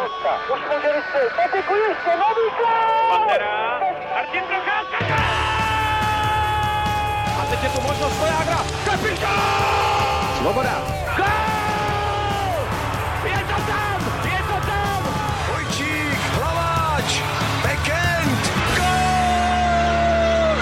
Už může vystřelit, Peteku ještě, nový gól! Pantera, Martin Procházka! A teď je tu možnost Vojágra, kapitán! Svoboda! Gól! Je to tam! Je to tam! Vojčík, Hlaváč, Bekend, gól!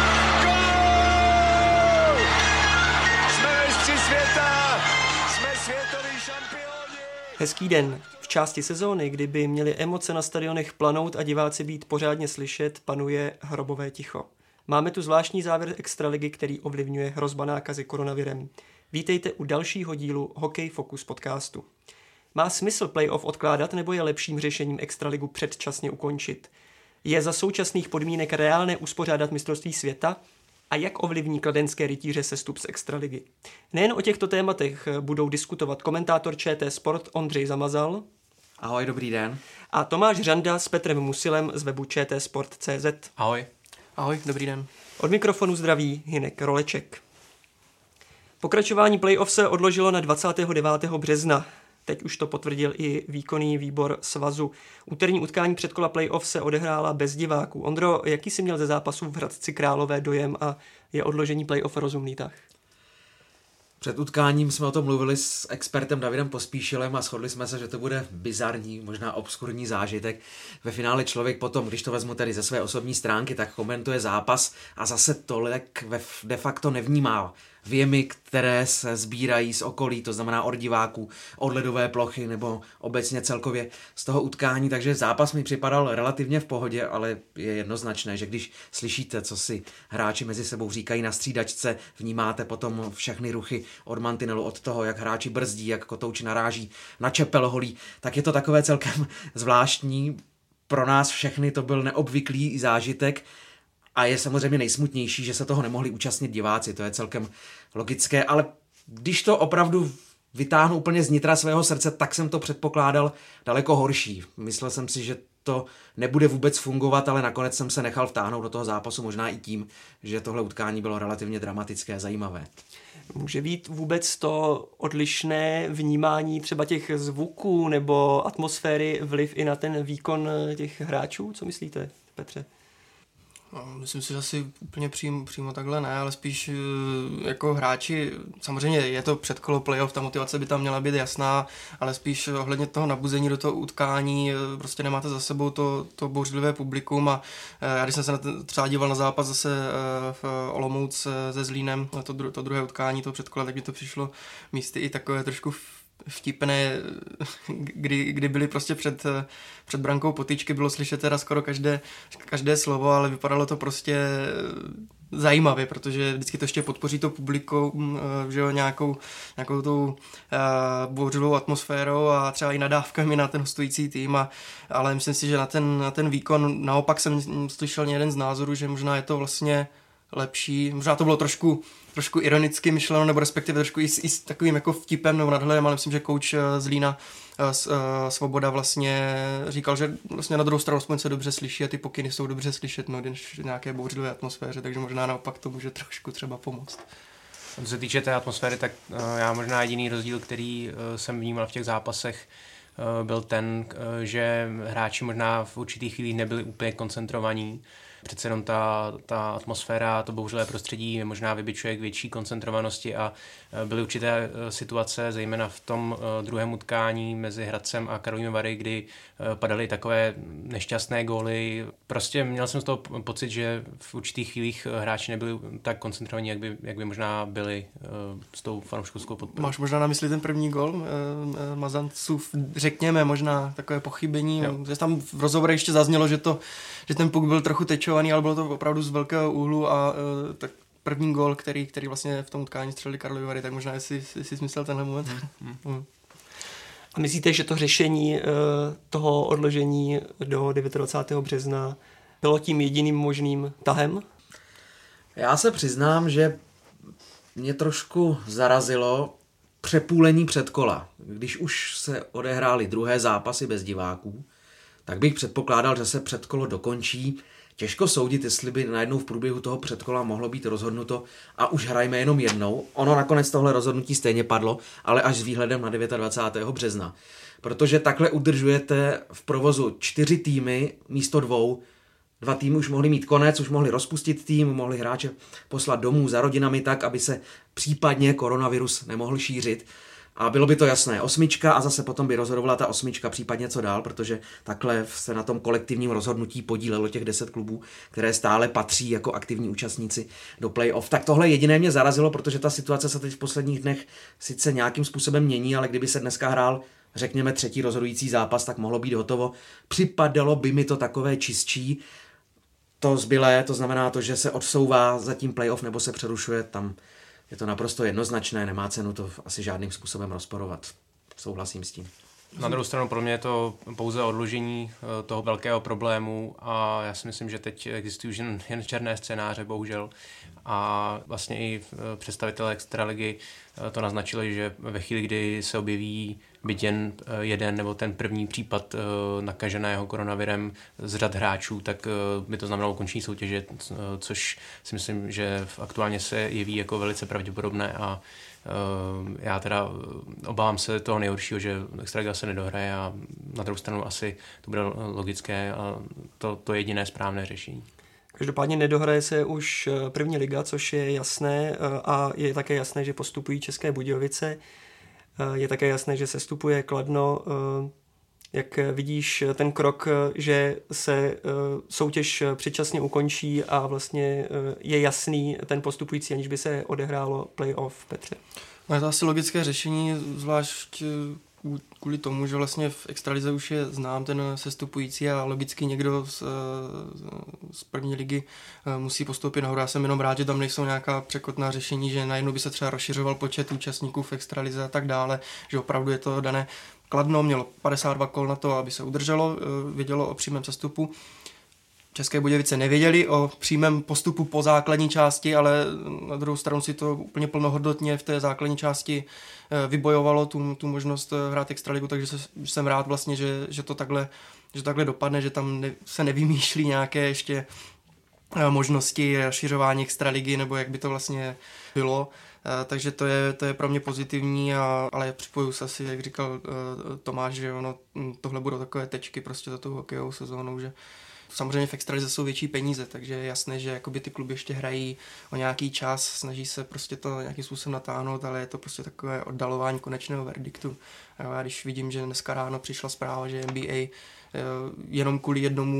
Gól! Jsme mistři světa! Jsme světoví šampioni! Hezký den. V části sezóny, kdyby měly emoce na stadionech planout a diváci být pořádně slyšet, panuje hrobové ticho. Máme tu zvláštní závěr extraligy, který ovlivňuje hrozba nákazy koronavirem. Vítejte u dalšího dílu Hokej Focus podcastu. Má smysl playoff odkládat, nebo je lepším řešením extraligu předčasně ukončit? Je za současných podmínek reálné uspořádat mistrovství světa? A jak ovlivní kladenské rytíře sestup z extraligy? Nejen o těchto tématech budou diskutovat komentátor ČT Sport Ondřej Zamazal. Ahoj, dobrý den. A Tomáš Řanda s Petrem Musilem z webu čtsport.cz. Ahoj. Ahoj, dobrý den. Od mikrofonu zdraví Hinek Roleček. Pokračování playoff se odložilo na 29. března. Teď už to potvrdil i výkonný výbor svazu. Úterní utkání předkola playoff se odehrála bez diváků. Ondro, jaký jsi měl ze zápasu v Hradci Králové dojem a je odložení playoff rozumný tah? Před utkáním jsme o tom mluvili s expertem Davidem Pospíšilem a shodli jsme se, že to bude bizarní, možná obskurní zážitek. Ve finále člověk potom, když to vezmu tedy ze své osobní stránky, tak komentuje zápas a zase tolik de facto nevnímá věmy, které se sbírají z okolí, to znamená od diváků, od ledové plochy nebo obecně celkově z toho utkání, takže zápas mi připadal relativně v pohodě, ale je jednoznačné, že když slyšíte, co si hráči mezi sebou říkají na střídačce, vnímáte potom všechny ruchy od mantinelu, od toho, jak hráči brzdí, jak kotouč naráží na čepel holí, tak je to takové celkem zvláštní. Pro nás všechny to byl neobvyklý zážitek. A je samozřejmě nejsmutnější, že se toho nemohli účastnit diváci, to je celkem logické, ale když to opravdu vytáhnu úplně z nitra svého srdce, tak jsem to předpokládal daleko horší. Myslel jsem si, že to nebude vůbec fungovat, ale nakonec jsem se nechal vtáhnout do toho zápasu, možná i tím, že tohle utkání bylo relativně dramatické a zajímavé. Může být vůbec to odlišné vnímání třeba těch zvuků nebo atmosféry vliv i na ten výkon těch hráčů? Co myslíte, Petře? Myslím si, že asi úplně přímo takhle ne, ale spíš jako hráči, samozřejmě je to předkolo playoff, ta motivace by tam měla být jasná, ale spíš ohledně toho nabuzení do toho utkání, prostě nemáte za sebou to bouřlivé publikum a já když jsem se třeba díval na zápas zase v Olomouc se Zlínem, to druhé utkání, to předkola, tak mi to přišlo místy i takové trošku vtipné, kdy byly prostě před brankou potyčky, bylo slyšet teda skoro každé slovo, ale vypadalo to prostě zajímavě, protože vždycky to ještě podpoří to publikum, že jo, nějakou tou bouřlivou atmosférou a třeba i nadávkami na ten hostující tým, ale myslím si, že na ten výkon naopak jsem slyšel jeden z názorů, že možná je to vlastně lepší, možná to bylo trošku ironicky myšleno, nebo respektive trošku i s takovým jako vtipem nebo nadhledem, ale myslím, že kouč Zlína Svoboda vlastně říkal, že vlastně na druhou stranu aspoň se dobře slyší a ty pokyny jsou dobře slyšet, no, když v nějaké bouřlivé atmosféře, takže možná naopak to může trošku třeba pomoct. Co se týče té atmosféry, tak já možná jediný rozdíl, který jsem vnímal v těch zápasech, byl ten, že hráči možná v určitých chvílích nebyli úplně koncentrovaní. Přece jenom ta atmosféra, to bouřlivé prostředí možná vybičuje k větší koncentrovanosti a byly určité situace, zejména v tom druhém utkání mezi Hradcem a Karlovými Vary, kdy padaly takové nešťastné góly. Prostě měl jsem z toho pocit, že v určitých chvílích hráči nebyli tak koncentrovaní, jak by možná byli s tou fanouškovskou podporou. Máš možná na mysli ten první gól Mazancův, řekněme, možná takové pochybení. Že tam v rozhovoru ještě zaznělo, že ten puk byl trochu tečovaný, ale bylo to opravdu z velkého úhlu a tak první gól, který vlastně v tom utkání střelili Karlovy Vary, tak možná jestli jsi smyslel tenhle moment. A myslíte, že to řešení toho odložení do 29. března bylo tím jediným možným tahem? Já se přiznám, že mě trošku zarazilo přepůlení předkola. Když už se odehrály druhé zápasy bez diváků, tak bych předpokládal, že se předkolo dokončí těžko soudit, jestli by najednou v průběhu toho předkola mohlo být rozhodnuto a už hrajme jenom jednou. Ono nakonec tohle rozhodnutí stejně padlo, ale až s výhledem na 29. března. Protože takhle udržujete v provozu 4 týmy místo 2. 2 týmy už mohli mít konec, už mohli rozpustit tým, mohli hráče poslat domů za rodinami tak, aby se případně koronavirus nemohl šířit. A bylo by to jasné, 8 a zase potom by rozhodovala ta 8, případně co dál, protože takhle se na tom kolektivním rozhodnutí podílelo těch 10 klubů, které stále patří jako aktivní účastníci do play-off. Tak tohle jediné mě zarazilo, protože ta situace se teď v posledních dnech sice nějakým způsobem mění, ale kdyby se dneska hrál, řekněme, 3. rozhodující zápas, tak mohlo být hotovo. Připadalo by mi to takové čistší. To zbylé, to znamená to, že se odsouvá zatím play-off nebo se přerušuje, tam je to naprosto jednoznačné, nemá cenu to asi žádným způsobem rozporovat. Souhlasím s tím. Na druhou stranu pro mě je to pouze odložení toho velkého problému a já si myslím, že teď existují už jen černé scénáře, bohužel. A vlastně i představitelé extraligy to naznačili, že ve chvíli, kdy se objeví byť jen jeden nebo ten první případ nakaženého koronavirem z řad hráčů, tak by to znamenalo ukončení soutěže, což si myslím, že aktuálně se jeví jako velice pravděpodobné a já teda obávám se toho nejhoršího, že extraliga se nedohraje a na druhou stranu asi to bude logické a to jediné správné řešení. Každopádně nedohraje se už první liga, což je jasné a je také jasné, že postupují České Budějovice. Je také jasné, že sestupuje Kladno. Jak vidíš ten krok, že se soutěž předčasně ukončí a vlastně je jasný ten postupující, aniž by se odehrálo play-off, Petře? No je to asi logické řešení, zvlášť kvůli tomu, že vlastně v extralize už je znám ten sestupující a logicky někdo z první ligy musí postoupit nahoru. Já jsem jenom rád, že tam nejsou nějaká překotná řešení, že najednou by se třeba rozšiřoval počet účastníků v extralize a tak dále, že opravdu je to dané. Kladno mělo 52 kol na to, aby se udrželo, vědělo o přímém sestupu. České Budějovice nevěděli o přímém postupu po základní části, ale na druhou stranu si to úplně plnohodnotně v té základní části vybojovalo tu možnost hrát extraligu, takže jsem rád vlastně, že to takhle dopadne, že tam se nevymýšlí nějaké ještě možnosti rozšiřování extraligy, nebo jak by to vlastně bylo. Takže to je pro mě pozitivní, ale připojuju se asi, jak říkal Tomáš, že tohle budou takové tečky prostě za tou hokejovou sezónou, že samozřejmě v extralize jsou větší peníze, takže je jasné, že jakoby ty kluby ještě hrají o nějaký čas, snaží se prostě to nějakým způsobem natáhnout, ale je to prostě takové oddalování konečného verdiktu. Já když vidím, že dneska ráno přišla zpráva, že NBA jenom kvůli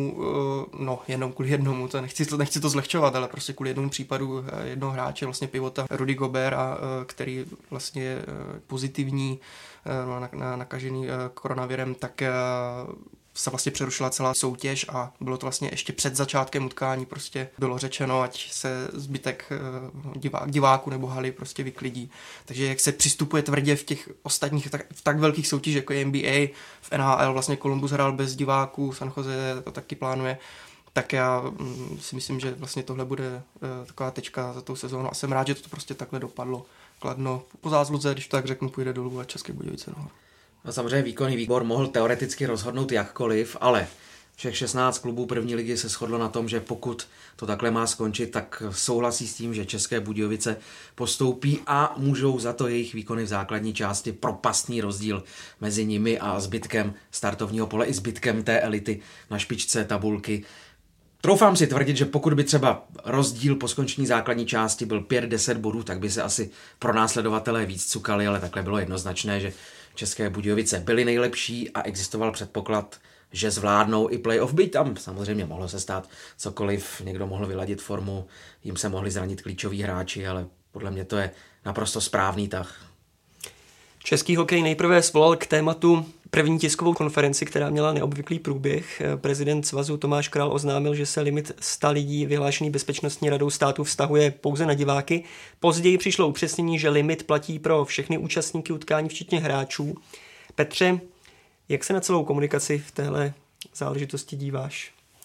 jednomu, to nechci to zlehčovat, ale prostě kvůli jednomu případu jednoho hráče, vlastně pivota Rudy Gobert, který vlastně je pozitivní, nakažený koronavirem, tak se vlastně přerušila celá soutěž a bylo to vlastně ještě před začátkem utkání, prostě bylo řečeno, ať se zbytek diváků nebo haly prostě vyklidí. Takže jak se přistupuje tvrdě v těch ostatních v tak velkých soutěžích jako je NBA, v NHL vlastně Columbus hrál bez diváků, San Jose to taky plánuje, tak já si myslím, že vlastně tohle bude taková tečka za tou sezónou a jsem rád, že to prostě takhle dopadlo. Kladno po zásluze, když to tak řeknu, půjde dolů a České Budějovice nahoru. No samozřejmě výkonný výbor mohl teoreticky rozhodnout jakkoliv, ale všech 16 klubů první ligy se shodlo na tom, že pokud to takhle má skončit, tak souhlasí s tím, že České Budějovice postoupí a můžou za to jejich výkony v základní části propastný rozdíl mezi nimi a zbytkem startovního pole i zbytkem té elity na špičce tabulky. Troufám si tvrdit, že pokud by třeba rozdíl po skončení základní části byl 5-10 bodů, tak by se asi pronásledovatelé víc cukali, ale takhle bylo jednoznačné, že České Budějovice byly nejlepší a existoval předpoklad, že zvládnou i playoff, byť tam samozřejmě mohlo se stát cokoliv, někdo mohl vyladit formu, jim se mohli zranit klíčoví hráči, ale podle mě to je naprosto správný tah. Český hokej nejprve svolal k tématu první tiskovou konferenci, která měla neobvyklý průběh. Prezident svazu Tomáš Král oznámil, že se limit 100 lidí vyhlášený Bezpečnostní radou státu vztahuje pouze na diváky. Později přišlo upřesnění, že limit platí pro všechny účastníky utkání, včetně hráčů. Petře, jak se na celou komunikaci v téhle záležitosti díváš?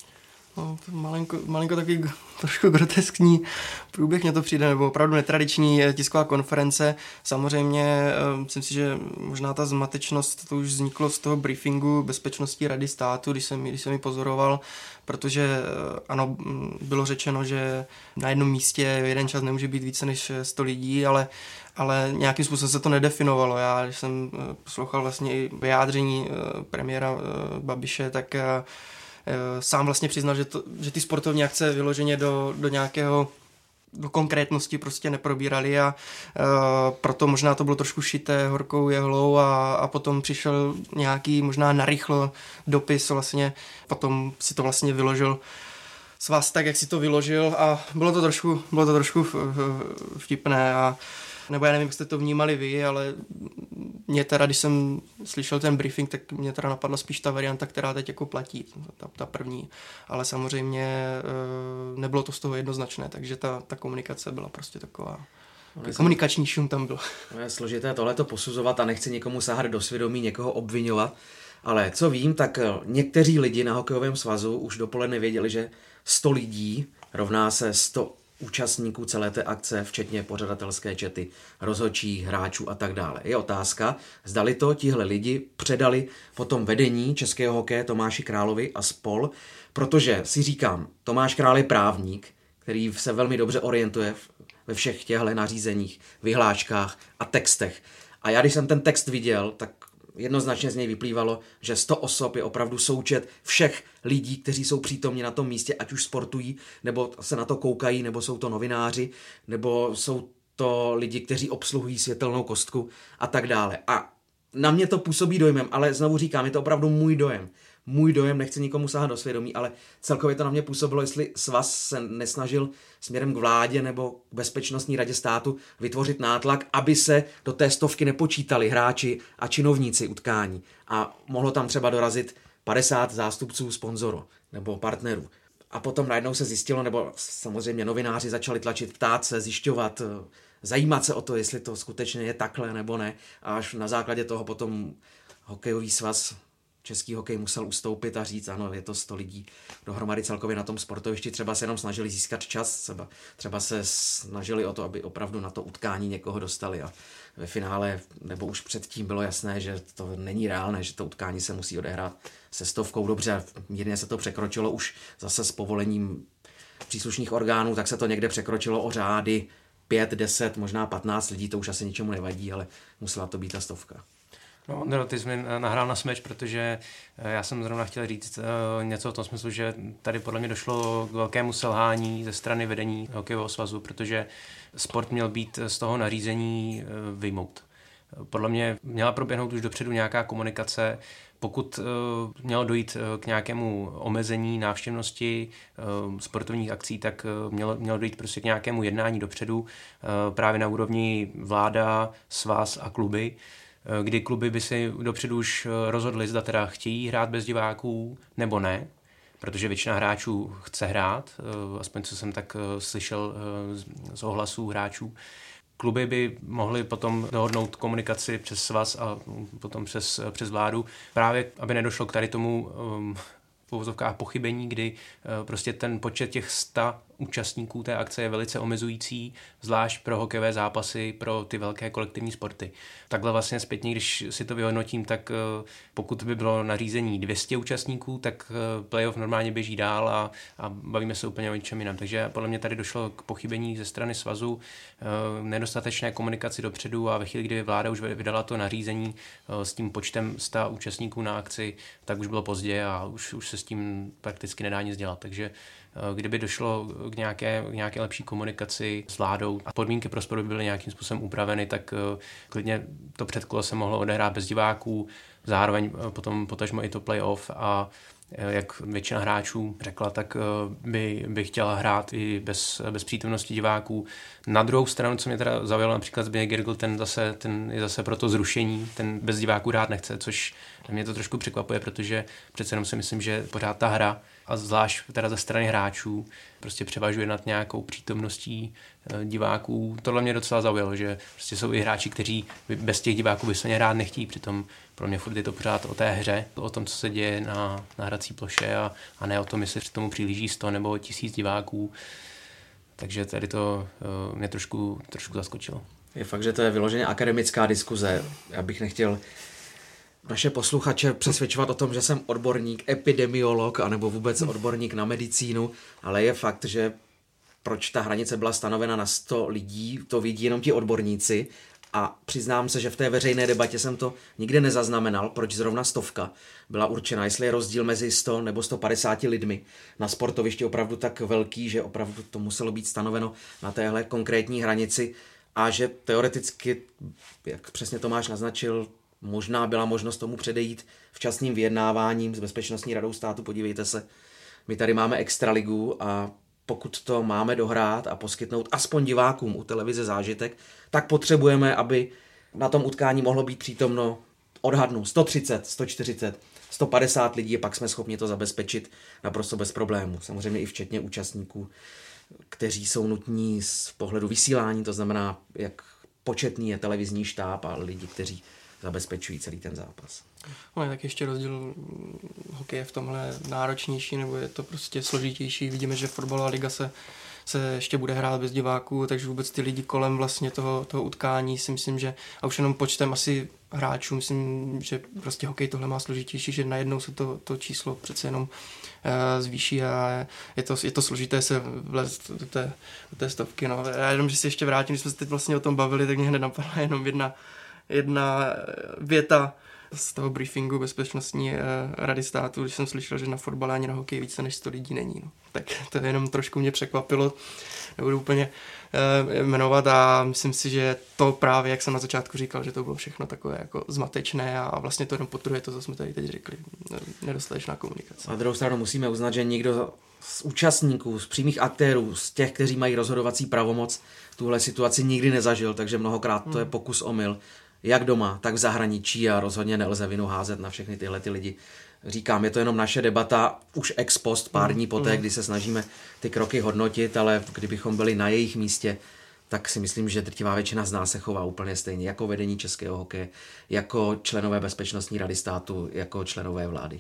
No, malinko takový trošku groteskní průběh mě to přijde, nebo opravdu netradiční tisková konference. Samozřejmě myslím si, že možná ta zmatečnost to už vzniklo z toho briefingu Bezpečnostní rady státu, když jsem ji pozoroval, protože ano, bylo řečeno, že na jednom místě v jeden čas nemůže být více než 100 lidí, ale nějakým způsobem se to nedefinovalo. Já, když jsem poslouchal vlastně i vyjádření premiéra Babiše, tak sám vlastně přiznal, že ty sportovní akce vyloženě do nějakého do konkrétnosti prostě neprobírali a proto možná to bylo trošku šité horkou jehlou a potom přišel nějaký možná narychlo dopis vlastně, potom si to vlastně vyložil svaz tak, jak si to vyložil a bylo to trošku vtipné a nebo já nevím, jak jste to vnímali vy, ale mě teda, když jsem slyšel ten briefing, tak mě teda napadla spíš ta varianta, která teď jako platí, ta první. Ale samozřejmě nebylo to z toho jednoznačné, takže ta komunikace byla prostě taková. Komunikační šum tam byl. Je složité tohleto posuzovat a nechci někomu sahat do svědomí, někoho obvinovat, ale co vím, tak někteří lidi na hokejovém svazu už dopoledne věděli, že 100 lidí rovná se 100 účastníků celé té akce, včetně pořadatelské čety, rozhodčích, hráčů a tak dále. Je otázka, zdali to tihle lidi předali potom vedení českého hokeje Tomáši Královi a spol, protože si říkám, Tomáš Král je právník, který se velmi dobře orientuje ve všech těchto nařízeních, vyhláškách a textech. A já, když jsem ten text viděl, tak jednoznačně z něj vyplývalo, že 100 osob je opravdu součet všech lidí, kteří jsou přítomni na tom místě, ať už sportují, nebo se na to koukají, nebo jsou to novináři, nebo jsou to lidi, kteří obsluhují světelnou kostku a tak dále. A na mě to působí dojmem, ale znovu říkám, je to opravdu můj dojem. Můj dojem, nechci nikomu sahat do svědomí, ale celkově to na mě působilo, jestli svaz se nesnažil směrem k vládě nebo k Bezpečnostní radě státu vytvořit nátlak, aby se do té 100 nepočítali hráči a činovníci utkání. A mohlo tam třeba dorazit 50 zástupců sponzorů nebo partnerů. A potom najednou se zjistilo, nebo samozřejmě novináři začali tlačit, ptát se, zjišťovat, zajímat se o to, jestli to skutečně je takhle nebo ne. A až na základě toho potom hokejový svaz Český hokej musel ustoupit a říct, ano, je to 100 lidí dohromady celkově na tom sportovišti, třeba se jenom snažili získat čas, třeba se snažili o to, aby opravdu na to utkání někoho dostali a ve finále, nebo už předtím bylo jasné, že to není reálné, že to utkání se musí odehrát se 100, dobře, mírně se to překročilo už zase s povolením příslušných orgánů, tak se to někde překročilo o řády 5, 10, možná 15 lidí, to už asi ničemu nevadí, ale musela to být ta 100. No, ty jsi mi nahrál na smeč, protože já jsem zrovna chtěl říct něco v tom smyslu, že tady podle mě došlo k velkému selhání ze strany vedení hokejového svazu, protože sport měl být z toho nařízení vyjmout. Podle mě měla proběhnout už dopředu nějaká komunikace, pokud mělo dojít k nějakému omezení návštěvnosti sportovních akcí, tak mělo dojít prostě k nějakému jednání dopředu právě na úrovni vláda, svaz a kluby, kdy kluby by si dopředu už rozhodli, zda teda chtějí hrát bez diváků nebo ne, protože většina hráčů chce hrát, aspoň co jsem tak slyšel z ohlasů hráčů. Kluby by mohly potom dohodnout komunikaci přes svaz a potom přes vládu, právě aby nedošlo k tady tomu v uvozovkách pochybení, kdy prostě ten počet těch 100 účastníků té akce je velice omezující, zvlášť pro hokejové zápasy, pro ty velké kolektivní sporty. Takhle vlastně zpětně, když si to vyhodnotím, tak pokud by bylo nařízení 200 účastníků, tak playoff normálně běží dál a bavíme se úplně o něčem jiném. Takže podle mě tady došlo k pochybení ze strany svazu, nedostatečné komunikaci dopředu a ve chvíli, kdy vláda už vydala to nařízení s tím počtem 100 účastníků na akci, tak už bylo pozdě a už se s tím prakticky nedá nic dělat. Takže kdyby došlo k nějaké lepší komunikaci s vládou a podmínky pro sport by byly nějakým způsobem upraveny, tak klidně to předkolo se mohlo odehrát bez diváků, zároveň potom potažmo i to playoff a jak většina hráčů řekla, tak by chtěla hrát i bez přítomnosti diváků. Na druhou stranu, co mě teda zaujalo, například Zbigněk Girgl, ten je zase pro to zrušení, ten bez diváků hrát nechce, což mě to trošku překvapuje, protože přece jenom si myslím, že pořád ta hra, a zvlášť teda ze strany hráčů, prostě převažuje nad nějakou přítomností diváků. Tohle mě docela zaujalo, že prostě jsou i hráči, kteří bez těch diváků vysloveně rád nechtějí, přitom pro mě furt je to pořád o té hře, o tom, co se děje na hrací ploše a ne o tom, jestli při tomu přihlíží 100 nebo 1000 diváků. Takže tady to mě trošku zaskočilo. Je fakt, že to je vyloženě akademická diskuze. Já bych nechtěl naše posluchače přesvědčovat o tom, že jsem odborník, epidemiolog, anebo vůbec odborník na medicínu, ale je fakt, že proč ta hranice byla stanovena na 100 lidí, to vidí jenom ti odborníci a přiznám se, že v té veřejné debatě jsem to nikde nezaznamenal, proč zrovna 100 byla určena, jestli je rozdíl mezi 100 nebo 150 lidmi na sportovišti opravdu tak velký, že opravdu to muselo být stanoveno na téhle konkrétní hranici a že teoreticky, jak přesně Tomáš naznačil, možná byla možnost tomu předejít včasným vyjednáváním s Bezpečnostní radou státu. Podívejte se, my tady máme extraligu a pokud to máme dohrát a poskytnout aspoň divákům u televize zážitek, tak potřebujeme, aby na tom utkání mohlo být přítomno, odhadnu, 130, 140, 150 lidí, a pak jsme schopni to zabezpečit naprosto bez problémů. Samozřejmě i včetně účastníků, kteří jsou nutní z pohledu vysílání, to znamená, jak početný je televizní štáb a lidi, kteří zabezpečují celý ten zápas. No je tak ještě rozdíl, hokej je v tomhle náročnější, nebo je to prostě složitější. Vidíme, že fotbalová liga se ještě bude hrát bez diváků, takže vůbec ty lidi kolem vlastně toho utkání si myslím, že a už jenom počtem asi hráčů, myslím, že prostě hokej tohle má složitější, že najednou se to číslo přece jenom zvýší a je to složité se vlézt do té stovky. No. Já jenom, že si ještě vrátím, když jsme se teď vlastně o tom bavili, tak mě hned napadla jenom jedna věta z toho briefingu Bezpečnostní rady státu, když jsem slyšel, že na fotbale ani na hokeji více než 100 lidí není. No. Tak to jenom trošku mě překvapilo, nebudu úplně jmenovat a myslím si, že to právě, jak jsem na začátku říkal, že to bylo všechno takové jako zmatečné a vlastně to jenom potrhuje to, co jsme tady teď řekli, nedostatečná komunikace. Na druhou stranu musíme uznat, že nikdo z účastníků, z přímých aktérů, z těch, kteří mají rozhodovací pravomoc, tuhle situaci nikdy nezažil, takže mnohokrát to je pokus omyl, jak doma, tak v zahraničí a rozhodně nelze vinu házet na všechny tyhle ty lidi. Říkám, je to jenom naše debata už ex post, pár dní poté, kdy se snažíme ty kroky hodnotit, ale kdybychom byli na jejich místě, tak si myslím, že drtivá většina z nás se chová úplně stejně, jako vedení českého hokeje, jako členové Bezpečnostní rady státu, jako členové vlády.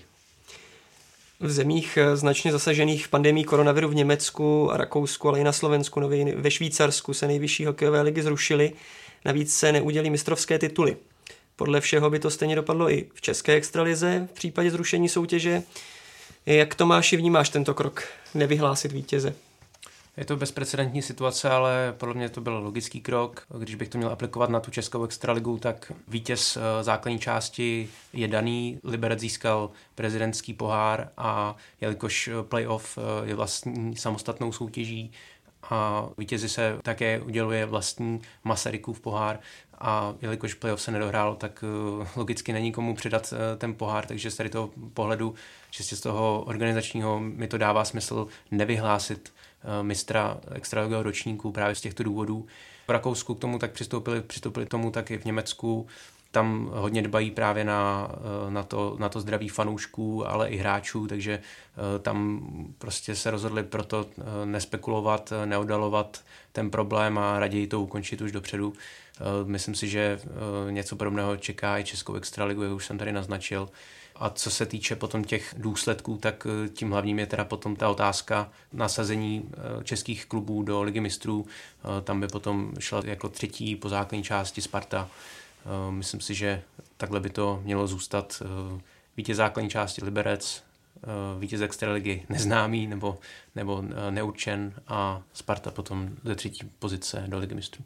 V zemích značně zasažených pandemií koronaviru v Německu a Rakousku, ale i na Slovensku, ve Švýcarsku se nejvyšší hokejové ligy zrušily, navíc se neudělí mistrovské tituly. Podle všeho by to stejně dopadlo i v české extralize v případě zrušení soutěže. Jak Tomáši vnímáš tento krok nevyhlásit vítěze? Je to bezprecedentní situace, ale podle mě to byl logický krok. Když bych to měl aplikovat na tu českou extraligu, tak vítěz základní části je daný. Liberec získal prezidentský pohár a jelikož playoff je vlastní samostatnou soutěží a vítězi se také uděluje vlastní Masarykův pohár a jelikož playoff se nedohrálo, tak logicky není komu předat ten pohár, takže z tady toho pohledu, čistě z toho organizačního, mi to dává smysl nevyhlásit mistra extraligového ročníku právě z těchto důvodů. V Rakousku k tomu tak přistoupili k tomu tak i v Německu. Tam hodně dbají právě na to zdraví fanoušků, ale i hráčů, takže tam prostě se rozhodli proto nespekulovat, neodalovat ten problém a raději to ukončit už dopředu. Myslím si, že něco podobného čeká i českou extraligu, jak už jsem tady naznačil. A co se týče potom těch důsledků, tak tím hlavním je teda potom ta otázka nasazení českých klubů do Ligy mistrů. Tam by potom šla jako třetí po základní části Sparta. Myslím si, že takhle by to mělo zůstat. Vítěz základní části Liberec, vítěz extraligy neznámý nebo neurčen a Sparta potom ze třetí pozice do Ligy mistrů.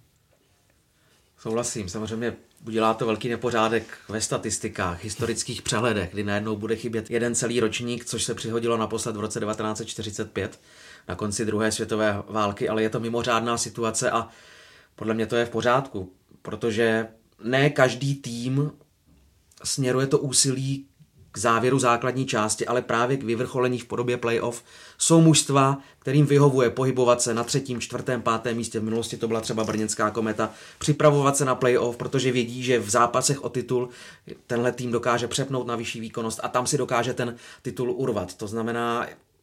Souhlasím, samozřejmě udělá to velký nepořádek ve statistikách, historických přehledech, kdy najednou bude chybět jeden celý ročník, což se přihodilo naposled v roce 1945 na konci druhé světové války, ale je to mimořádná situace a podle mě to je v pořádku, protože ne každý tým směruje to úsilí k závěru základní části, ale právě k vyvrcholení v podobě playoff. Jsou mužstva, kterým vyhovuje pohybovat se na 3., 4., 5. místě. V minulosti to byla třeba brněnská Kometa. Připravovat se na playoff, protože vědí, že v zápasech o titul tenhle tým dokáže přepnout na vyšší výkonnost a tam si dokáže ten titul urvat. To znamená,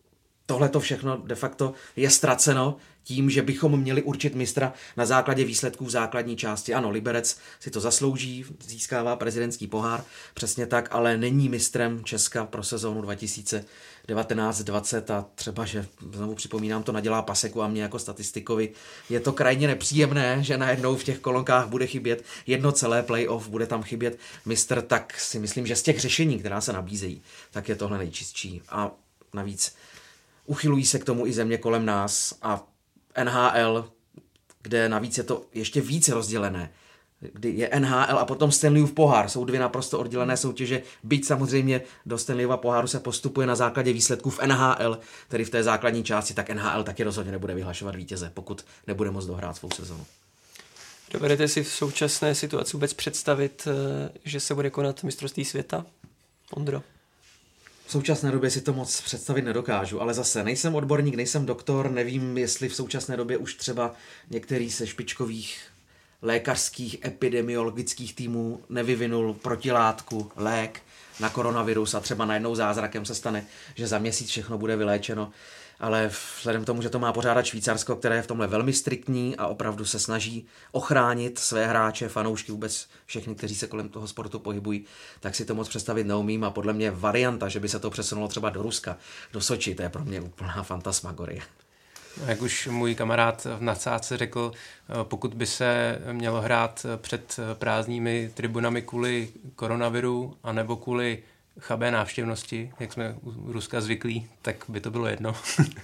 tohle to všechno de facto je ztraceno tím, že bychom měli určit mistra na základě výsledků v základní části. Ano, Liberec si to zaslouží, získává prezidentský pohár, přesně tak, ale není mistrem Česka pro sezónu 2019-20 a třeba, že znovu připomínám, to nadělá Paseku a mě jako statistikovi. Je to krajně nepříjemné, že najednou v těch kolonkách bude chybět jedno celé playoff, bude tam chybět mistr, tak si myslím, že z těch řešení, která se nabízejí, tak je tohle nejčistší. A navíc uchylují se k tomu i země kolem nás a NHL, kde navíc je to ještě víc rozdělené, kdy je NHL a potom Stanleyův pohár. Jsou dvě naprosto oddělené soutěže, byť samozřejmě do Stanleyova poháru se postupuje na základě výsledků v NHL, tedy v té základní části, tak NHL taky rozhodně nebude vyhlašovat vítěze, pokud nebude moct dohrát svou sezonu. Dovedete si v současné situaci vůbec představit, že se bude konat mistrovství světa? Ondro? V současné době si to moc představit nedokážu, ale zase nejsem odborník, nejsem doktor, nevím, jestli v současné době už třeba některý ze špičkových lékařských epidemiologických týmů nevyvinul protilátku, lék na koronavirus a třeba najednou zázrakem se stane, že za měsíc všechno bude vyléčeno. Ale vzhledem k tomu, že to má pořádat Švýcarsko, které je v tomhle velmi striktní a opravdu se snaží ochránit své hráče, fanoušky, vůbec všechny, kteří se kolem toho sportu pohybují, tak si to moc představit neumím a podle mě varianta, že by se to přesunulo třeba do Ruska, do Soči, to je pro mě úplná fantasmagorie. Jak už můj kamarád v nadsázce řekl, pokud by se mělo hrát před prázdnými tribunami kvůli koronaviru anebo kvůli chabé návštěvnosti, jak jsme u Ruska zvyklí, tak by to bylo jedno.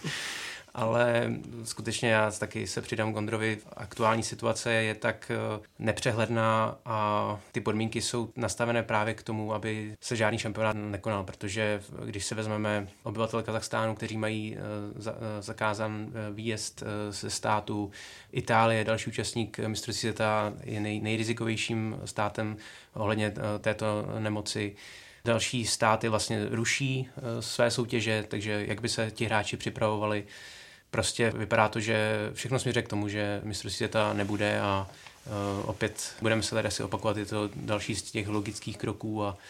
Ale skutečně já taky se přidám k Ondrovi. Aktuální situace je tak nepřehledná a ty podmínky jsou nastavené právě k tomu, aby se žádný šampionát nekonal, protože když se vezmeme obyvatel Kazachstánu, kteří mají zakázan výjezd ze státu, Itálie, další účastník mistrovství světa, je nejrizikovějším státem ohledně této nemoci. Další státy vlastně ruší své soutěže, takže jak by se ti hráči připravovali. Prostě vypadá to, že všechno směřuje k tomu, že mistrovství světa nebude a opět budeme se tady asi opakovat, je to další z těch logických kroků a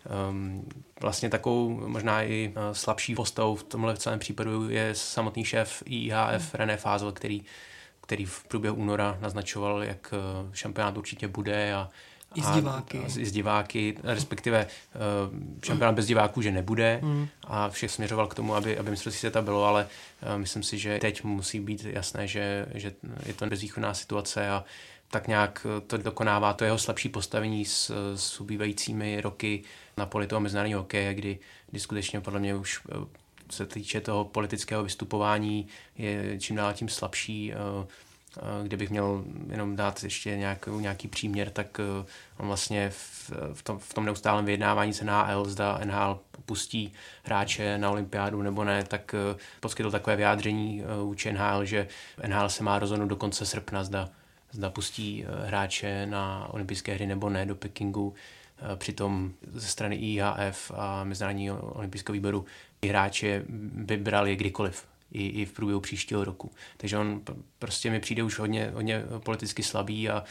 vlastně takovou možná i slabší postavou v tomhle celém případu je samotný šéf IIHF René Fasel, který v průběhu února naznačoval, jak šampionát určitě bude a i s diváky, respektive šampionát bez diváků, že nebude a vše směřoval k tomu, aby mistrovství světa bylo, ale myslím si, že teď musí být jasné, že je to bezvýchodná situace a tak nějak to dokonává to jeho slabší postavení s ubývajícími roky na poli toho mezinárodního hokeje, kdy skutečně podle mě už se týče toho politického vystupování je čím dál tím slabší. Kdybych měl jenom dát ještě nějaký příměr, tak on vlastně v tom neustálém vyjednávání s NHL, zda NHL pustí hráče na olympiádu nebo ne, tak poskytl takové vyjádření vůči NHL, že NHL se má rozhodnout do konce srpna, zda pustí hráče na olympijské hry nebo ne do Pekingu. Přitom ze strany IIHF a Mezinárodního olympijského výboru hráče vybrali kdykoliv. I v průběhu příštího roku. Takže on prostě mi přijde už hodně politicky slabý a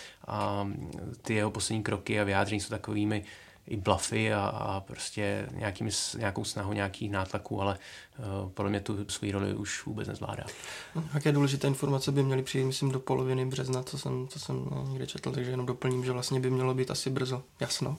ty jeho poslední kroky a vyjádření jsou takovými i bluffy a prostě nějakou snahu nějakých nátlaků, ale podle mě tu svou roli už vůbec nezvládá. Jaké důležité informace by měly přijít, myslím, do poloviny března, co jsem někde četl, takže jenom doplním, že vlastně by mělo být asi brzo jasno.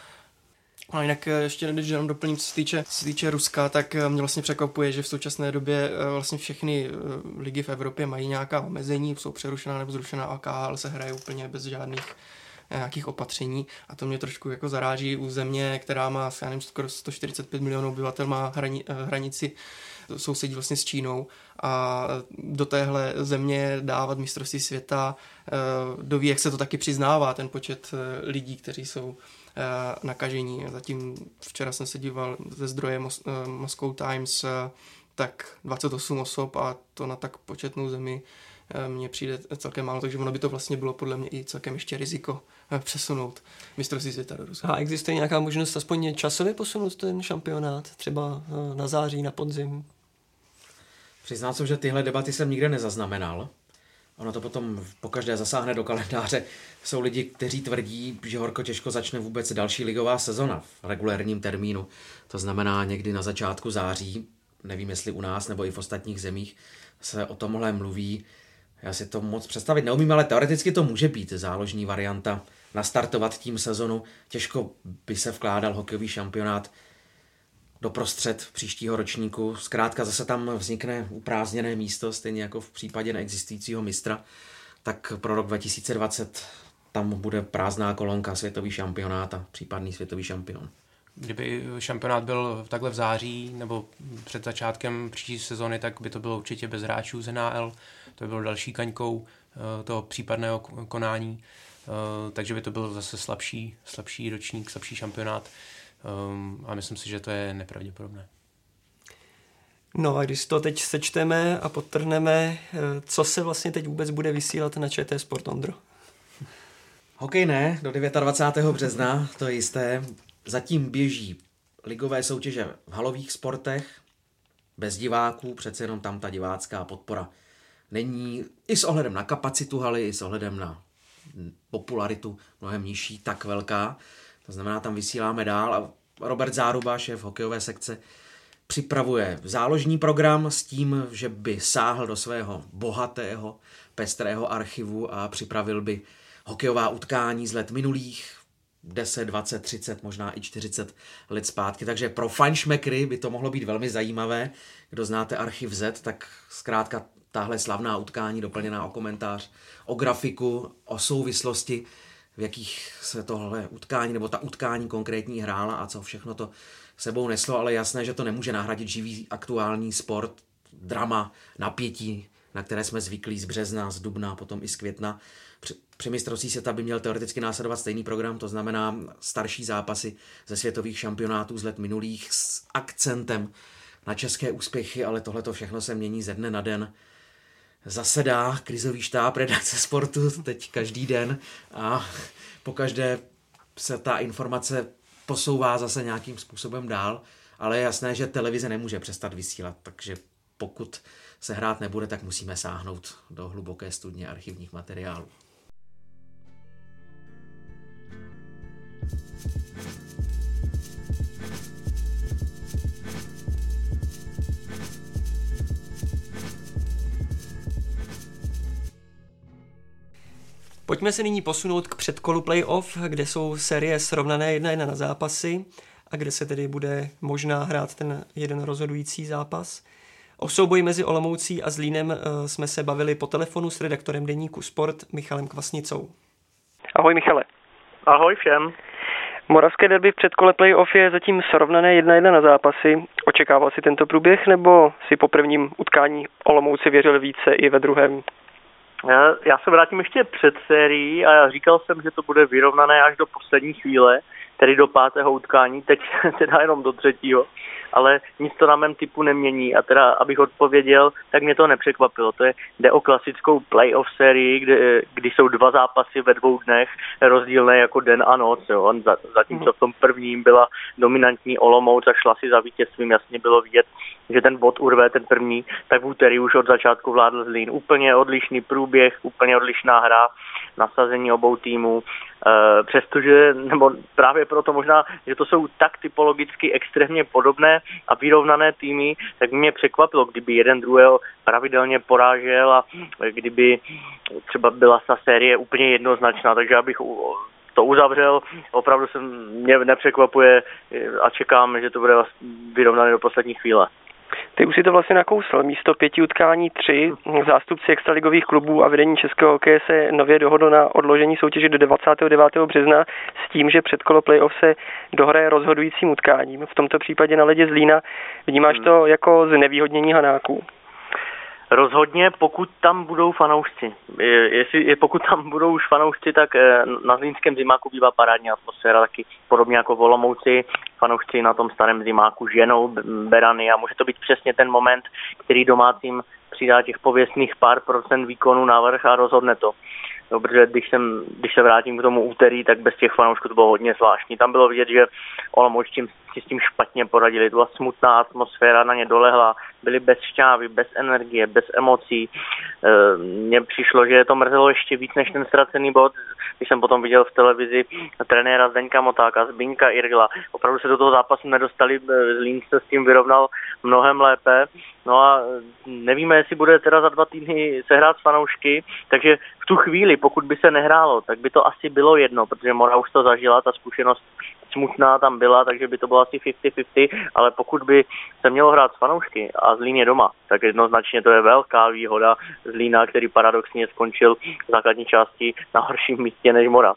A jinak ještě, když jenom doplním, co se týče Ruska, tak mě vlastně překvapuje, že v současné době vlastně všechny ligy v Evropě mají nějaká omezení, jsou přerušená nebo zrušená a KHL se hraje úplně bez žádných nějakých opatření a to mě trošku jako zaráží u země, která má, já nevím, skoro 145 milionů obyvatel, má hranici, sousedí vlastně s Čínou a do téhle země dávat mistrovství světa, kdo ví, jak se to taky přiznává, ten počet lidí, kteří jsou nakažení. Zatím včera jsem se díval ze zdroje Moscow Times, tak 28 osob a to na tak početnou zemi mně přijde celkem málo, takže ono by to vlastně bylo podle mě i celkem ještě riziko přesunout mistrovství světa do Ruska. A existuje nějaká možnost aspoň časově posunout ten šampionát? Třeba na září, na podzim? Přiznám se, že tyhle debaty jsem nikde nezaznamenal. Ono to potom pokaždé zasáhne do kalendáře. Jsou lidi, kteří tvrdí, že horko těžko začne vůbec další ligová sezona v regulérním termínu. To znamená někdy na začátku září. nevím, jestli u nás nebo i v ostatních zemích se o tomhle mluví. Já si to moc představit neumím, ale teoreticky to může být záložní varianta nastartovat tím sezonu. Těžko by se vkládal hokejový šampionát do prostřed příštího ročníku. Zkrátka zase tam vznikne uprázdněné místo, stejně jako v případě neexistujícího mistra. Tak pro rok 2020 tam bude prázdná kolonka, světový šampionát a případný světový šampion. Kdyby šampionát byl takhle v září nebo před začátkem příští sezony, tak by to bylo určitě bez hráčů z NHL. To by bylo další kaňkou toho případného konání. Takže by to byl zase slabší ročník, slabší šampionát. A myslím si, že to je nepravděpodobné. No a když to teď sečteme a podtrhneme, co se vlastně teď vůbec bude vysílat na ČT Sport, Ondro? Hokej ne, do 29. března, to je jisté. Zatím běží ligové soutěže v halových sportech, bez diváků, přece jenom tam ta divácká podpora není, i s ohledem na kapacitu haly, i s ohledem na popularitu mnohem nižší, tak velká. To znamená, tam vysíláme dál a Robert Záruba, šéf hokejové sekce, připravuje záložní program s tím, že by sáhl do svého bohatého, pestrého archivu a připravil by hokejová utkání z let minulých, 10, 20, 30, možná i 40 let zpátky. Takže pro fajnšmekry by to mohlo být velmi zajímavé. Kdo znáte archiv Z, tak zkrátka tahle slavná utkání doplněná o komentář, o grafiku, o souvislosti, v jakých se tohle utkání nebo ta utkání konkrétní hrála a co všechno to sebou neslo, ale jasné, že to nemůže nahradit živý aktuální sport, drama, napětí, na které jsme zvyklí z března, z dubna, potom i z května. Při mistrovství světa by měl teoreticky následovat stejný program, to znamená starší zápasy ze světových šampionátů z let minulých s akcentem na české úspěchy, ale tohleto všechno se mění ze dne na den. Zasedá krizový štáb redakce sportu teď každý den a pokaždé se ta informace posouvá zase nějakým způsobem dál, ale je jasné, že televize nemůže přestat vysílat, takže pokud se hrát nebude, tak musíme sáhnout do hluboké studně archivních materiálů. Pojďme se nyní posunout k předkolu playoff, kde jsou série srovnané 1-1 na zápasy a kde se tedy bude možná hrát ten jeden rozhodující zápas. O souboji mezi Olomoucí a Zlínem jsme se bavili po telefonu s redaktorem deníku Sport Michalem Kvasnicou. Ahoj Michale. Ahoj všem. Moravské derby v předkole playoff je zatím srovnané 1-1 na zápasy. Očekával si tento průběh, nebo si po prvním utkání Olomouci věřil více i ve druhém? Já se vrátím ještě před sérií a já říkal jsem, že to bude vyrovnané až do poslední chvíle, tedy do 5. utkání, teď teda jenom do 3. Ale nic to na mém typu nemění a teda, abych odpověděl, tak mě to nepřekvapilo. Jde o klasickou playoff sérii, kdy jsou 2 zápasy ve 2 dnech, rozdílné jako den a noc. Jo. Zatímco v tom prvním byla dominantní Olomouc a šla si za vítězstvím, jasně bylo vidět, že ten bod urve, ten první, tak v úterý už od začátku vládl Zlín. Úplně odlišný průběh, úplně odlišná hra, nasazení obou týmů. Přestože, nebo právě proto možná, že to jsou tak typologicky extrémně podobné a vyrovnané týmy, tak mě překvapilo, kdyby jeden druhého pravidelně porážel a kdyby třeba byla ta série úplně jednoznačná, takže abych to uzavřel, opravdu mě nepřekvapuje a čekám, že to bude vyrovnané do poslední chvíle. Ty už si to vlastně nakousl. Místo 5 utkání 3 zástupci extraligových klubů a vedení českého hokeje se nově dohodlo na odložení soutěže do 29. března s tím, že předkolo playoff se dohraje rozhodujícím utkáním. V tomto případě na ledě Zlína. Vnímáš to jako znevýhodnění Hanáků? Rozhodně, pokud tam budou fanoušci. Pokud tam budou už fanoušci, tak na zlínském zimáku bývá parádní atmosféra, taky podobně jako v Olomouci. Fanoušci na tom starém zimáku ženou berany a může to být přesně ten moment, který domácím přidá těch pověstných pár procent výkonu navrch a rozhodne to. No, protože když se vrátím k tomu úterý, tak bez těch fanoušků to bylo hodně zvláštní. Tam bylo vidět, že Olomoučtí si s tím špatně poradili. To byla smutná atmosféra, na ně dolehla. Byli bez šťávy, bez energie, bez emocí. Mně přišlo, že to mrzelo ještě víc než ten ztracený bod. když jsem potom viděl v televizi trenéra Zdeňka Motáka, Zbyňka Irgla, opravdu se do toho zápasu nedostali, Zlín se s tím vyrovnal mnohem lépe. No a nevíme, jestli bude teda za 2 týdny sehrát s fanoušky, takže v tu chvíli, pokud by se nehrálo, tak by to asi bylo jedno, protože Mora už to zažila, ta zkušenost smutná tam byla, takže by to bylo asi 50-50, ale pokud by se mělo hrát s fanoušky a Zlín je doma, tak jednoznačně to je velká výhoda Zlína, který paradoxně skončil v základní části na horším místě než Mora.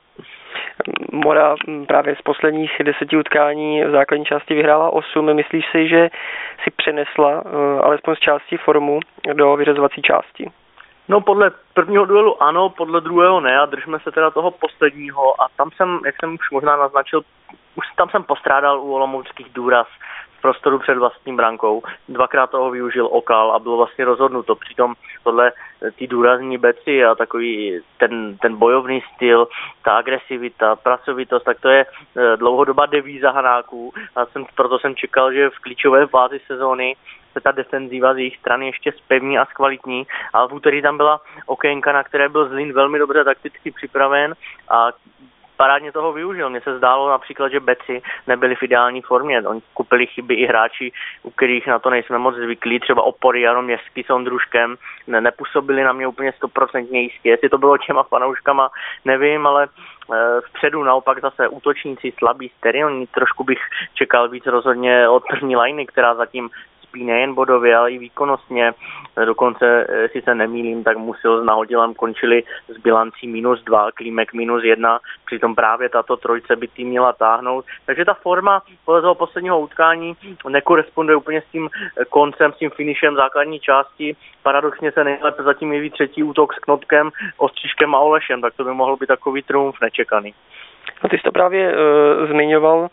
Mora právě z posledních 10 utkání v základní části vyhrála 8. Myslíš si, že si přenesla alespoň z části formu do vyřazovací části? No podle prvního duelu ano, podle druhého ne a držme se teda toho posledního a tam jsem, jak jsem už možná naznačil, už tam jsem postrádal u olomouckých důraz v prostoru před vlastní brankou. 2krát toho využil Okal a bylo vlastně rozhodnuto. Přitom tohle ty důrazní beci a takový ten bojovný styl, ta agresivita, pracovitost, tak to je dlouhodobá devíza Hanáků a proto jsem čekal, že v klíčové fázi sezóny se ta defenzíva z jejich strany ještě zpevní a zkvalitní, ale v úterý tam byla okénka, na které byl Zlín velmi dobře takticky připraven a parádně toho využil. Mně se zdálo například, že beci nebyli v ideální formě. Oni kupili chyby i hráči, u kterých na to nejsme moc zvyklí, třeba opory Jaroměřský s Ondruškem, nepůsobili na mě úplně 100% jistě. Jestli to bylo těma fanouškama, nevím, ale vpředu naopak zase útočníci slabí, sterilní. Trošku bych čekal víc rozhodně od první lajny, která zatím spí nejen bodově, ale i výkonnostně. Dokonce, jestli se nemýlím, tak Musil s Nahodilem končili s bilancí -2, Klímek -1, přitom právě tato trojice by tým měla táhnout. Takže ta forma podle toho posledního utkání nekoresponduje úplně s tím koncem, s tím finišem základní části. Paradoxně se nejlépe zatím jeví třetí útok s Knotkem, Ostříškem a Olešem, tak to by mohl být takový triumf nečekaný. No ty jsi to právě zmiňoval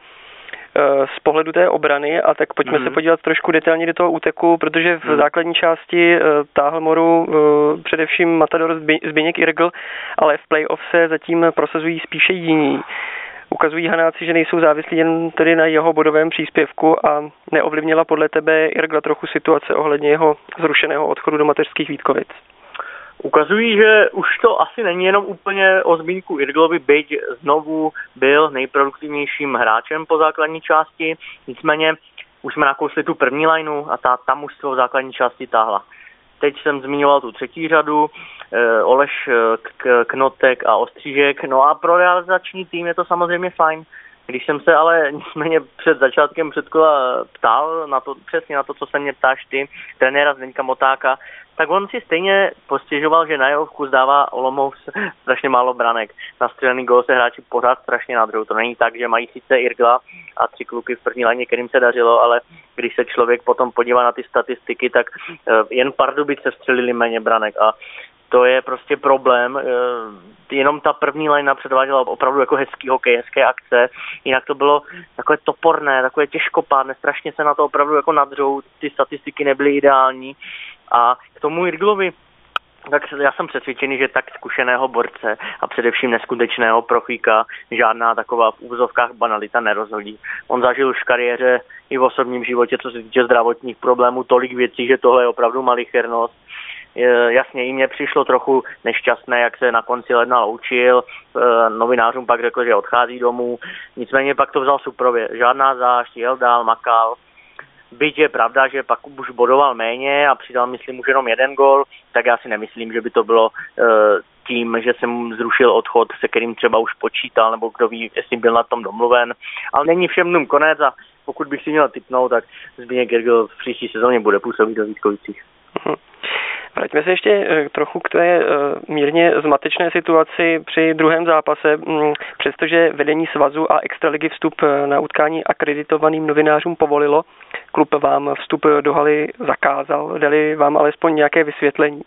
z pohledu té obrany a tak pojďme se podívat trošku detailně do toho úteku, protože v základní části táhl Moru především matador Zbyněk Irgl, ale v playoff se zatím prosazují spíše jiní. Ukazují Hanáci, že nejsou závislí jen tedy na jeho bodovém příspěvku a neovlivnila podle tebe Irgla trochu situace ohledně jeho zrušeného odchodu do mateřských Vítkovic? Ukazují, že už to asi není jenom úplně o Zbyňku Irglovi, byť znovu byl nejproduktivnějším hráčem po základní části, nicméně už jsme nakousli tu první lineu a ta mužstvo v základní části táhla. Teď jsem zmiňoval tu třetí řadu, Oleš, Knotek a Ostřížek, no a pro realizační tým je to samozřejmě fajn. Když jsem se ale nicméně před začátkem předkola ptal přesně na to, co se mě ptáš ty, trenéra Zdeňka Motáka, tak on si stejně postěžoval, že na jeho vkus dává Olomouc strašně málo branek. Na střelený gól se hráči pořád strašně nadrou. To není tak, že mají sice Irgla a 3 kluky v první léně, kterým se dařilo, ale když se člověk potom podívá na ty statistiky, tak jen Pardubice vstřelili méně branek a to je prostě problém. Jenom ta první line předváděla opravdu jako hezký hokej, hezké akce. Jinak to bylo takové toporné, takové těžkopádné, strašně se na to opravdu jako nadřou. Ty statistiky nebyly ideální. A k tomu Irglovi, tak já jsem přesvědčený, že tak zkušeného borce a především neskutečného profíka žádná taková v úvozovkách banalita nerozhodí. On zažil už v kariéře i v osobním životě, co se týče zdravotních problémů, tolik věcí, že tohle je opravdu malichernost. Jasně, i mně přišlo trochu nešťastné, jak se na konci ledna loučil. Novinářům pak řekl, že odchází domů. Nicméně pak to vzal suprově. Žádná zášť, jel dál, makal. Byť je pravda, že pak už bodoval méně a přidal, myslím, už jenom 1 gól, tak já si nemyslím, že by to bylo tím, že jsem zrušil odchod, se kterým třeba už počítal, nebo kdo ví, jestli byl na tom domluven. Ale není všem dnům konec a pokud bych si měl tipnout, tak Zbyněk Irgl v příští sezóně bude působit do Vítkovicích. Vraťme se ještě trochu k té mírně zmatečné situaci při druhém zápase. Přestože vedení svazu a extraligy vstup na utkání akreditovaným novinářům povolilo, klub vám vstup do haly zakázal. Dali vám alespoň nějaké vysvětlení?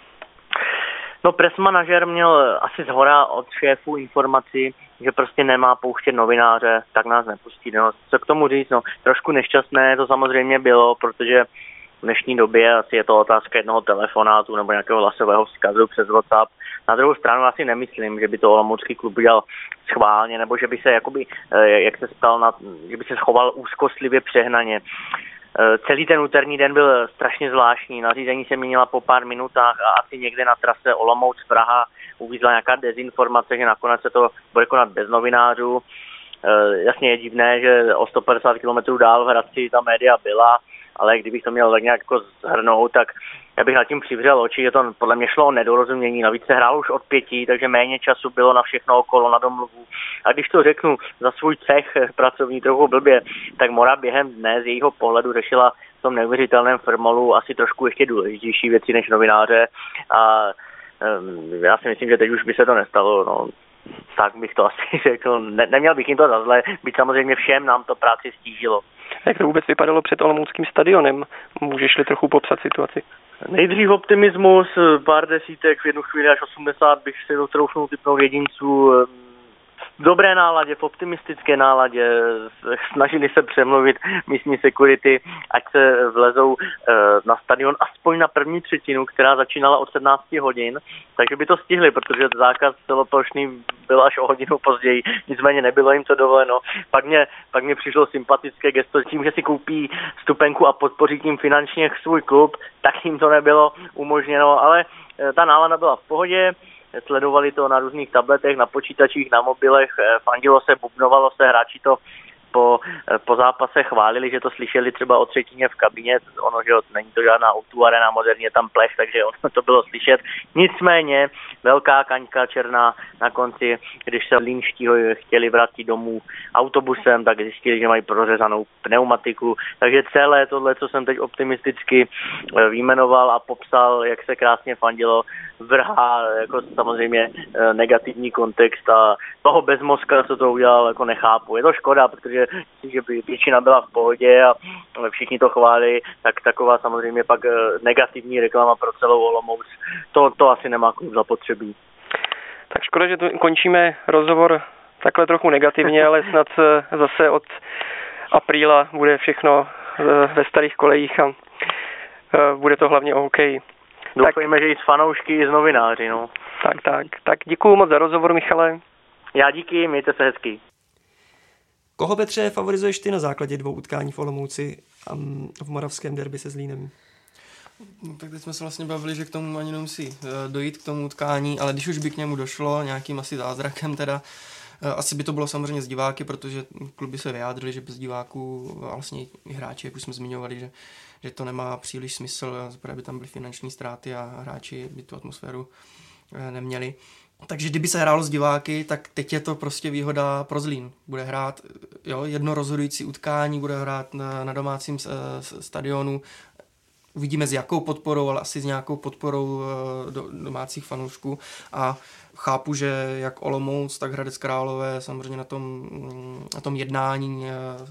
No, press manažer měl asi zhora od šéfů informaci, že prostě nemá pouštět novináře, tak nás nepustí. No, co k tomu říct? No, trošku nešťastné to samozřejmě bylo, protože v dnešní době asi je to otázka jednoho telefonátu nebo nějakého hlasového vzkazu přes WhatsApp. Na druhou stranu asi nemyslím, že by to olomoucký klub udělal schválně, nebo že by se jakoby, jak se ptal, že by se schoval úzkostlivě přehnaně. Celý ten úterní den byl strašně zvláštní. Nařízení se měnila po pár minutách a asi někde na trase Olomouc Praha uvízla nějaká dezinformace, že nakonec se to bude konat bez novinářů. Jasně je divné, že o 150 km dál v Hradci ta média byla, ale kdybych to měl tak nějak jako zhrnout, tak já bych nad tím přivřel oči, že to podle mě šlo o nedorozumění, navíc se hrálo už od 5, takže méně času bylo na všechno okolo, na domluvu. A když to řeknu za svůj cech pracovní trochu blbě, tak Mora během dne z jejího pohledu řešila v tom neuvěřitelném formolu asi trošku ještě důležitější věci než novináře a já si myslím, že teď už by se to nestalo, no. Tak bych to asi řekl. Neměl bych jim to za zlé, byť samozřejmě všem nám to práci stížilo. Jak to vůbec vypadalo před olomouckým stadionem? Můžeš-li trochu popsat situaci? Nejdřív optimismus, pár desítek, v jednu chvíli až 80 bych si to troufnul typnout jedinců. V dobré náladě, v optimistické náladě, snažili se přemluvit místní security, ať se vlezou na stadion aspoň na první třetinu, která začínala od 17 hodin, takže by to stihli, protože zákaz celoplošný byl až o hodinu později, nicméně nebylo jim to dovoleno. Pak mě přišlo sympatické gesto tím, že si koupí vstupenku a podpoří tím finančně svůj klub, tak jim to nebylo umožněno, ale ta nálada byla v pohodě. Sledovali to na různých tabletech, na počítačích, na mobilech, fandilo se, bubnovalo se, hráči to po zápase chválili, že to slyšeli třeba o třetině v kabině, ono, že není to žádná O2 arena, moderně tam plech, takže ono to bylo slyšet. Nicméně velká kaňka černá na konci, když se línští chtěli vrátit domů autobusem, tak zjistili, že mají prořezanou pneumatiku, takže celé tohle, co jsem teď optimisticky vyjmenoval a popsal, jak se krásně fandilo, vrhá jako samozřejmě negativní kontext a toho bezmozka, co to udělal, jako nechápu. Je to škoda, protože že by většina byla v pohodě a všichni to chválí, tak taková samozřejmě pak negativní reklama pro celou Olomouc. To asi nemá klub zapotřebí. Tak škoda, že tu končíme rozhovor takhle trochu negativně, ale snad zase od apríla bude všechno ve starých kolejích a bude to hlavně o hokeji. Doufejme, že i z fanoušky, i z novináři, no. Tak děkuju moc za rozhovor, Michale. Já díky, mějte se hezky. Koho, Petře, favorizuješ ty na základě 2 utkání v Olomouci a v moravském derby se Zlínem? No, tak teď jsme se vlastně bavili, že k tomu ani nemusí dojít k tomu utkání, ale když už by k němu došlo nějakým asi zázrakem teda, asi by to bylo samozřejmě z diváky, protože kluby se vyjádřili, že bez diváků vlastně i hráči, jak už jsme zmiňovali, že to nemá příliš smysl, protože by tam byly finanční ztráty a hráči by tu atmosféru neměli. Takže kdyby se hrálo s diváky, tak teď je to prostě výhoda pro Zlín. Bude hrát jedno rozhodující utkání, bude hrát na domácím stadionu. Uvidíme s jakou podporou, ale asi s nějakou podporou domácích fanoušků. A chápu, že jak Olomouc, tak Hradec Králové samozřejmě na tom jednání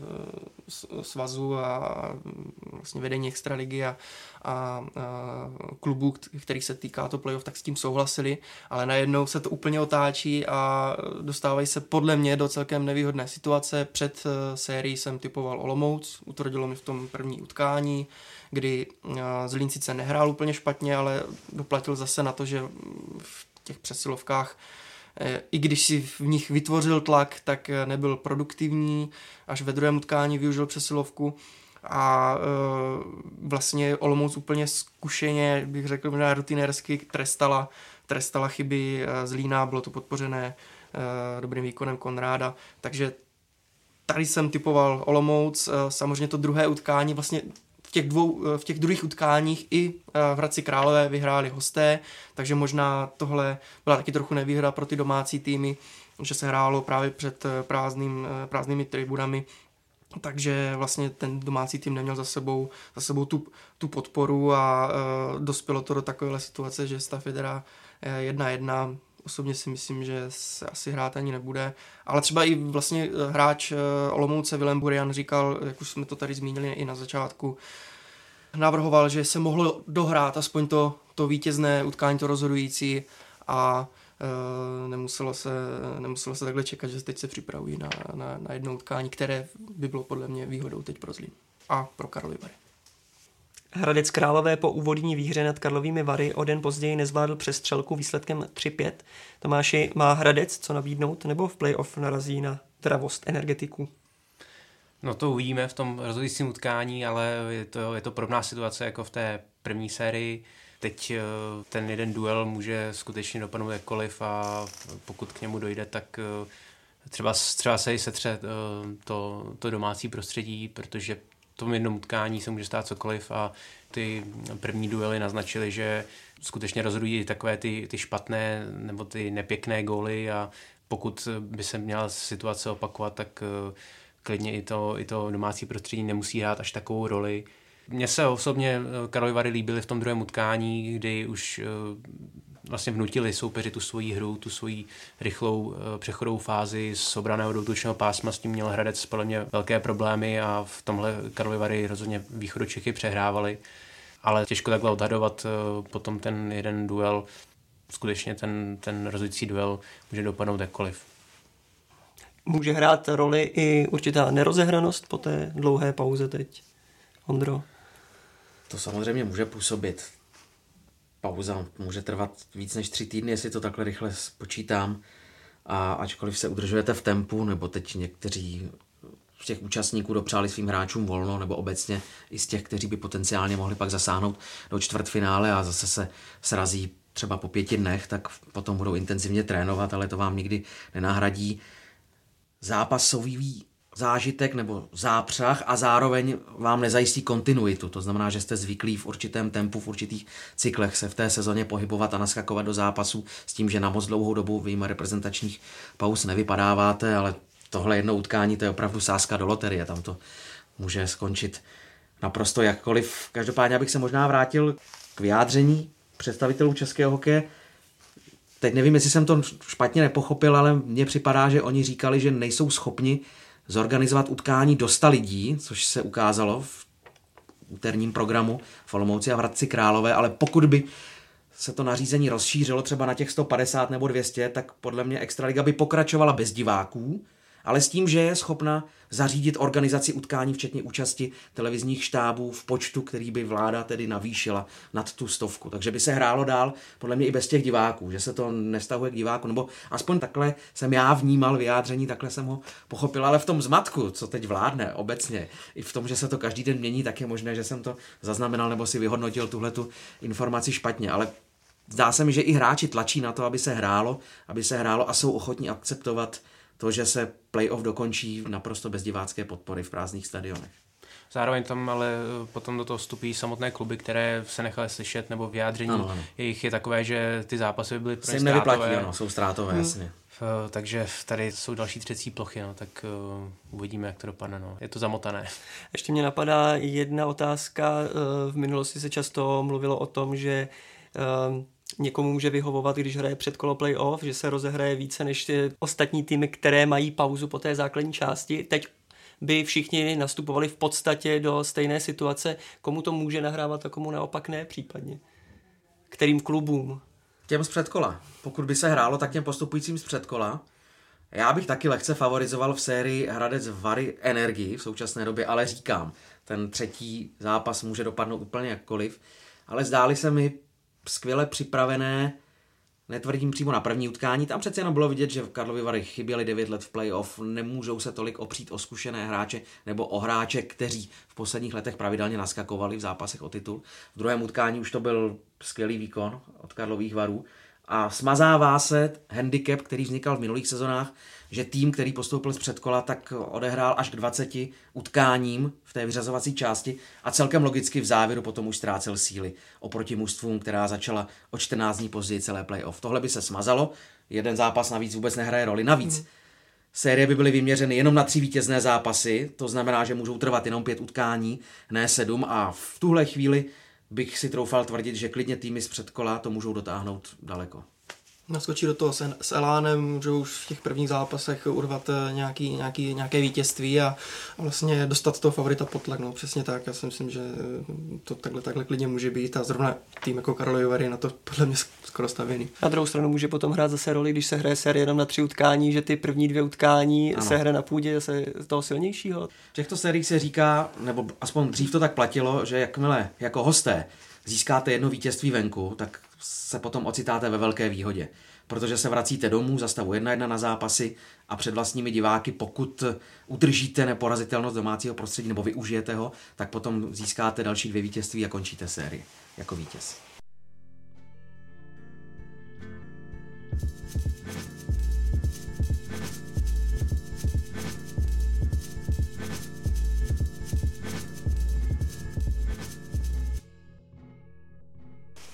svazu a vlastně vedení extraligy a klubů, kterých se týká to playoff, tak s tím souhlasili, ale najednou se to úplně otáčí a dostávají se podle mě do celkem nevýhodné situace. Před sérií jsem typoval Olomouc, utvrdilo mi v tom první utkání, kdy Zlín sice nehrál úplně špatně, ale doplatil zase na to, že v těch přesilovkách, i když si v nich vytvořil tlak, tak nebyl produktivní, až ve druhém utkání využil přesilovku a vlastně Olomouc úplně zkušeně, bych řekl, možná rutinérsky trestala chyby Zlína, bylo to podpořené dobrým výkonem Konráda, takže tady jsem typoval Olomouc, samozřejmě to druhé utkání, vlastně v těch druhých utkáních i v Hradci Králové vyhráli hosté, takže možná tohle byla taky trochu nevýhoda pro ty domácí týmy, že se hrálo právě před prázdnými tribunami, takže vlastně ten domácí tým neměl za sebou tu podporu a dospělo to do takovéhle situace, že stav je teda 1-1. Osobně si myslím, že se asi hrát ani nebude, ale třeba i vlastně hráč Olomouce Vilém Burian říkal, jak už jsme to tady zmínili i na začátku, navrhoval, že se mohlo dohrát aspoň to vítězné utkání, to rozhodující a nemuselo se takhle čekat, že teď se připravují na jedno utkání, které by bylo podle mě výhodou teď pro Zlín a pro Karlovy Vary. Hradec Králové po úvodní výhře nad Karlovými Vary o den později nezvládl přestřelku výsledkem 3-5. Tomáši, má Hradec co nabídnout, nebo v playoff narazí na dravost energetiků? No to uvidíme v tom rozhodujícím utkání, ale je to podobná situace jako v té první sérii. teď ten jeden duel může skutečně dopadnout jakkoliv a pokud k němu dojde, tak třeba se i setře to domácí prostředí, protože v tom jednom utkání se může stát cokoliv a ty první duely naznačily, že skutečně rozhodují takové ty špatné nebo ty nepěkné góly a pokud by se měla situace opakovat, tak klidně i to domácí prostředí nemusí hrát až takovou roli. Mně se osobně Karlovy Vary líbily v tom druhém utkání, kdy už vlastně vnutili soupeři tu svoji hru, tu svoji rychlou přechodovou fázi z obranného do útočného pásma, s tím měl Hradec podle mě velké problémy a v tomhle Karlovy Vary rozhodně Východočechy přehrávali, ale těžko takhle odhadovat potom ten jeden duel, skutečně ten rozhodující duel může dopadnout jakkoliv. Může hrát roli i určitá nerozehranost po té dlouhé pauze teď, Ondro? To samozřejmě může působit. Pauza může trvat víc než 3 týdny, jestli to takhle rychle spočítám. A ačkoliv se udržujete v tempu, nebo teď někteří z těch účastníků dopřáli svým hráčům volno, nebo obecně i z těch, kteří by potenciálně mohli pak zasáhnout do čtvrtfinále a zase se srazí třeba po 5 dnech, tak potom budou intenzivně trénovat, ale to vám nikdy nenahradí zápasový zážitek nebo zápřah a zároveň vám nezajistí kontinuitu. To znamená, že jste zvyklí v určitém tempu, v určitých cyklech se v té sezóně pohybovat a naskakovat do zápasu s tím, že na moc dlouhou dobu vyjma reprezentačních pauz nevypadáváte, ale tohle jedno utkání, to je opravdu sázka do loterie, tam to může skončit naprosto jakkoliv. Každopádně bych se možná vrátil k vyjádření představitelů českého hokeje. Teď nevím, jestli jsem to špatně nepochopil, ale mně připadá, že oni říkali, že nejsou schopni zorganizovat utkání do 100 lidí, což se ukázalo v úterním programu v Olomouci a v Hradci Králové, ale pokud by se to nařízení rozšířilo třeba na těch 150 nebo 200, tak podle mě Extraliga by pokračovala bez diváků, ale s tím, že je schopna zařídit organizaci utkání, včetně účasti televizních štábů v počtu, který by vláda tedy navýšila nad tu 100. Takže by se hrálo dál, podle mě i bez těch diváků, že se to nestahuje k diváku, nebo aspoň takhle jsem já vnímal vyjádření, takhle jsem ho pochopil, ale v tom zmatku, co teď vládne obecně, i v tom, že se to každý den mění, tak je možné, že jsem to zaznamenal nebo si vyhodnotil tuhletu informaci špatně, ale zdá se mi, že i hráči tlačí na to, aby se hrálo a jsou ochotní akceptovat to, že se playoff dokončí naprosto bez divácké podpory v prázdných stadionech. Zároveň tam ale potom do toho vstupují samotné kluby, které se nechaly slyšet, nebo vyjádření ano. Jejich je takové, že ty zápasy by byly pro ně ztrátové. Jsou ztrátové, jasně. Takže tady jsou další třecí plochy, tak uvidíme, jak to dopadne. Je to zamotané. Ještě mě napadá jedna otázka. V minulosti se často mluvilo o tom, že někomu může vyhovovat, když hraje předkolo playoff, že se rozehraje více než ostatní týmy, které mají pauzu po té základní části. Teď by všichni nastupovali v podstatě do stejné situace. Komu to může nahrávat a komu naopak ne případně? Kterým klubům? Těm z předkola. Pokud by se hrálo, tak těm postupujícím z předkola. Já bych taky lehce favorizoval v sérii Hradec Vary Energii v současné době, ale říkám, ten třetí zápas může dopadnout úplně jakkoliv, ale zdáli se mi skvěle připravené, netvrdím přímo na první utkání, tam přece jenom bylo vidět, že v Karlovy Vary chyběli 9 let v playoff, nemůžou se tolik opřít o zkušené hráče nebo o hráče, kteří v posledních letech pravidelně naskakovali v zápasech o titul. V druhém utkání už to byl skvělý výkon od Karlových Varů a smazává se handicap, který vznikal v minulých sezonách, že tým, který postoupil z předkola, tak odehrál až k 20 utkáním v té vyřazovací části a celkem logicky v závěru potom už ztrácel síly oproti mužstvům, která začala o 14 dní později celé playoff. Tohle by se smazalo, jeden zápas navíc vůbec nehraje roli. Navíc série by byly vyměřeny jenom na 3 vítězné zápasy, to znamená, že můžou trvat jenom 5 utkání, ne 7 a v tuhle chvíli bych si troufal tvrdit, že klidně týmy z předkola to můžou dotáhnout daleko. Naskočí do toho s elánem, můžou už v těch prvních zápasech urvat nějaké vítězství a vlastně dostat toho favorita pod tlak. Přesně tak, já si myslím, že to takhle klidně může být a zrovna tým jako Karlovy Vary na to podle mě skoro stavěný. Na druhou stranu může potom hrát zase roli, když se hraje série jenom na 3 utkání, že ty první 2 utkání se hraje na půdě zase toho silnějšího. V těchto sériích se říká, nebo aspoň dřív to tak platilo, že jakmile jako hosté získáte 1 vítězství venku, tak se potom ocitáte ve velké výhodě, protože se vracíte domů za stavu 1-1 na zápasy a před vlastními diváky, pokud udržíte neporazitelnost domácího prostředí nebo využijete ho, tak potom získáte další 2 vítězství a končíte sérii jako vítěz.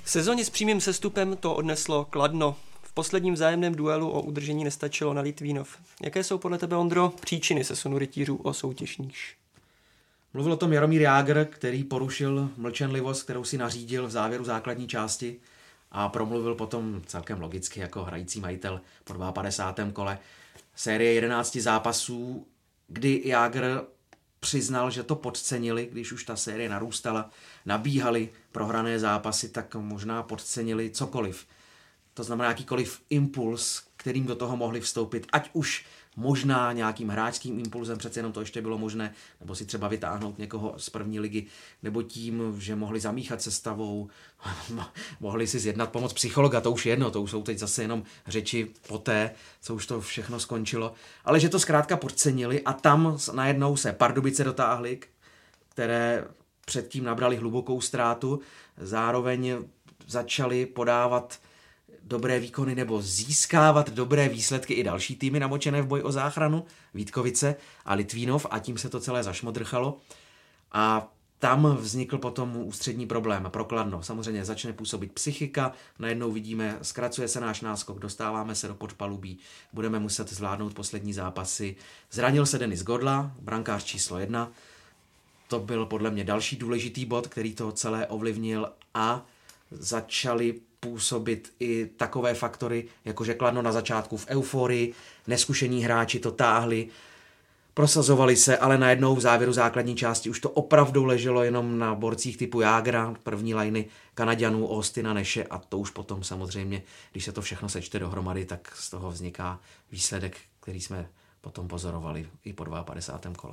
V sezóně s přímým sestupem to odneslo Kladno. V posledním vzájemném duelu o udržení nestačilo na Litvínov. Jaké jsou podle tebe, Ondro, příčiny sesunu rytířů o soutěž níž? Mluvil o tom Jaromír Jágr, který porušil mlčenlivost, kterou si nařídil v závěru základní části a promluvil potom celkem logicky jako hrající majitel po 52. kole série 11 zápasů, kdy Jágr přiznal, že to podcenili, když už ta série narůstala, nabíhali prohrané zápasy, tak možná podcenili cokoliv. To znamená jakýkoliv impuls, kterým do toho mohli vstoupit, ať už možná nějakým hráčským impulzem, přece jenom to ještě bylo možné, nebo si třeba vytáhnout někoho z první ligy, nebo tím, že mohli zamíchat sestavou, mohli si zjednat pomoc psychologa, to už jedno, to už jsou teď zase jenom řeči poté, co už to všechno skončilo, ale že to zkrátka podcenili a tam najednou se Pardubice dotáhly, které předtím nabrali hlubokou ztrátu, zároveň začali podávat dobré výkony nebo získávat dobré výsledky i další týmy namočené v boji o záchranu, Vítkovice a Litvínov, a tím se to celé zašmodrchalo. A tam vznikl potom ústřední problém pro Kladno. Samozřejmě začne působit psychika, najednou vidíme, zkracuje se náš náskok, dostáváme se do podpalubí, budeme muset zvládnout poslední zápasy. Zranil se Denis Godla, brankář číslo 1. To byl podle mě další důležitý bod, který to celé ovlivnil, a začali působit i takové faktory, jakože Kladno na začátku v euforii, neskušení hráči to táhli, prosazovali se, ale najednou v závěru základní části už to opravdu leželo jenom na borcích typu Jágra, první lajny Kanaďanů, Austina, Neše, a to už potom samozřejmě, když se to všechno sečte dohromady, tak z toho vzniká výsledek, který jsme potom pozorovali i po 52. kole.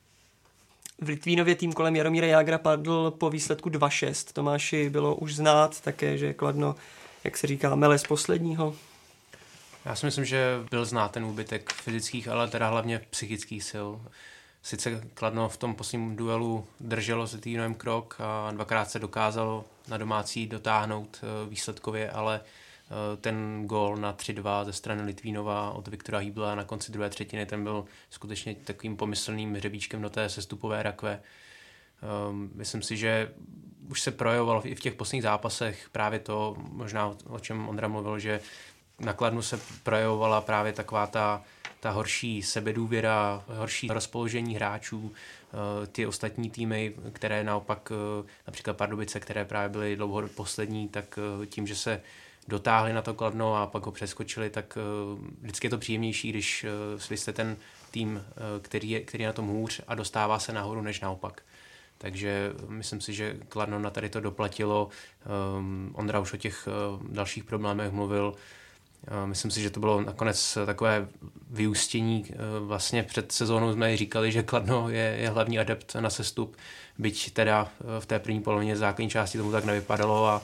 V Litvínově tým kolem Jaromíra Jágra padl po výsledku 2-6. Tomáši, bylo už znát také, že Kladno, jak se říká, mele z posledního? Já si myslím, že byl znát ten úbytek fyzických, ale teda hlavně psychických sil. Sice Kladno v tom posledním duelu drželo s Litvínovem krok a dvakrát se dokázalo na domácí dotáhnout výsledkově, ale ten gól na 3-2 ze strany Litvínova od Viktora Hýbla na konci druhé třetiny, ten byl skutečně takovým pomyslným hřebíčkem do té sestupové rakve. Myslím si, že už se projevovalo i v těch posledních zápasech právě to, možná o čem Ondra mluvil, že na Kladnu se projevovala právě taková ta horší sebedůvěra, horší rozpoložení hráčů, ty ostatní týmy, které naopak, například Pardubice, které právě byly dlouho poslední, tak tím, že se dotáhli na to Kladno a pak ho přeskočili, tak vždycky je to příjemnější, když vy jste ten tým, který je na tom hůř a dostává se nahoru, než naopak. Takže myslím si, že Kladno na tady to doplatilo. Ondra už o těch dalších problémech mluvil. Myslím si, že to bylo nakonec takové vyústění. Vlastně před sezónou jsme říkali, že Kladno je hlavní adept na sestup, byť teda v té první polovině základní části tomu tak nevypadalo,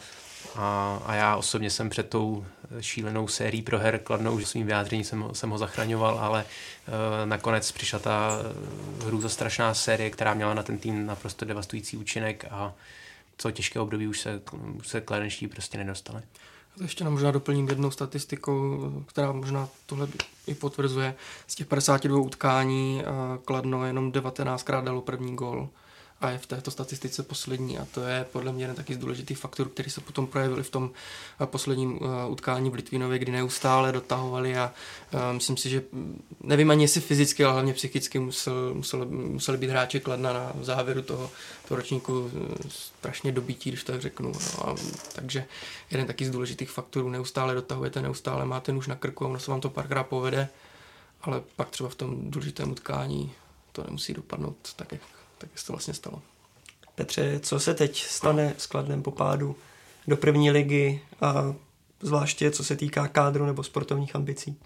a já osobně jsem před tou šílenou sérií proher Kladno už svým vyjádřením jsem ho zachraňoval, ale nakonec přišla ta hrůzostrašná série, která měla na ten tým naprosto devastující účinek, a co těžké období už se kladenští prostě nedostali. To ještě možná doplním jednou statistikou, která možná tohle i potvrzuje. Z těch 52 utkání Kladno jenom 19krát dalo první gól a je v této statistice poslední, a to je podle mě jeden taky z důležitých faktorů, který se potom projevili v tom posledním utkání v Litvínově, kdy neustále dotahovali, a myslím si, že nevím ani jestli fyzicky, ale hlavně psychicky museli být hráči Kladna na závěru toho ročníku strašně dobití, když to tak řeknu. No, takže jeden taky z důležitých faktorů, neustále dotahujete, neustále máte nůž na krku a ono se vám to párkrát povede, ale pak třeba v tom důležitém utkání to nemusí dopadnout tak, jak se to vlastně stalo. Petře, co se teď stane s Kladnem po pádu do první ligy, a zvláště co se týká kádru nebo sportovních ambicí?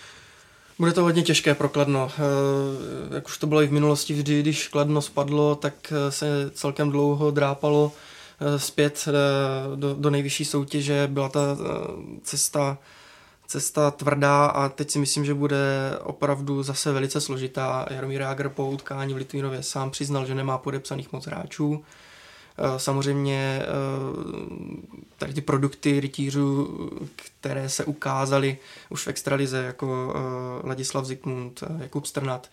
Bude to hodně těžké pro Kladno. Jak už to bylo i v minulosti, vždy, když Kladno spadlo, tak se celkem dlouho drápalo zpět do nejvyšší soutěže. Byla ta cesta tvrdá a teď si myslím, že bude opravdu zase velice složitá. Jaromír Jágr po utkání v Litvínově sám přiznal, že nemá podepsaných moc hráčů. Samozřejmě tady ty produkty rytířů, které se ukázaly už v extralize, jako Ladislav Zikmund, Jakub Strnad,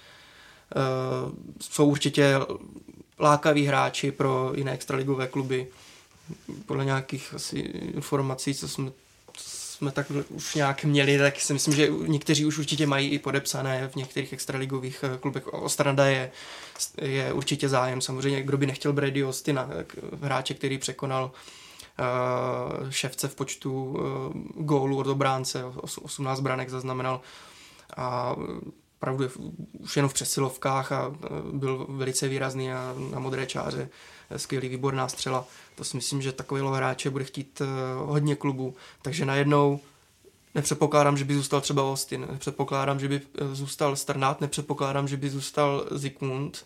jsou určitě lákaví hráči pro jiné extraligové kluby. podle nějakých asi informací, co jsme tak už nějak měli, tak si myslím, že někteří už určitě mají i podepsané v některých extraligových klubech. O Strnada je určitě zájem. Samozřejmě, kdo by nechtěl Brady Austina, hráče, který překonal Ševce v počtu gólů od obránce, 18 branek zaznamenal a opravdu už jenom v přesilovkách a byl velice výrazný na modré čáře, skvělý, výborná střela. To si myslím, že takovýhle hráče bude chtít hodně klubů, takže najednou nepředpokládám, že by zůstal třeba Austin, nepředpokládám, že by zůstal Strnad, nepředpokládám, že by zůstal Zikmund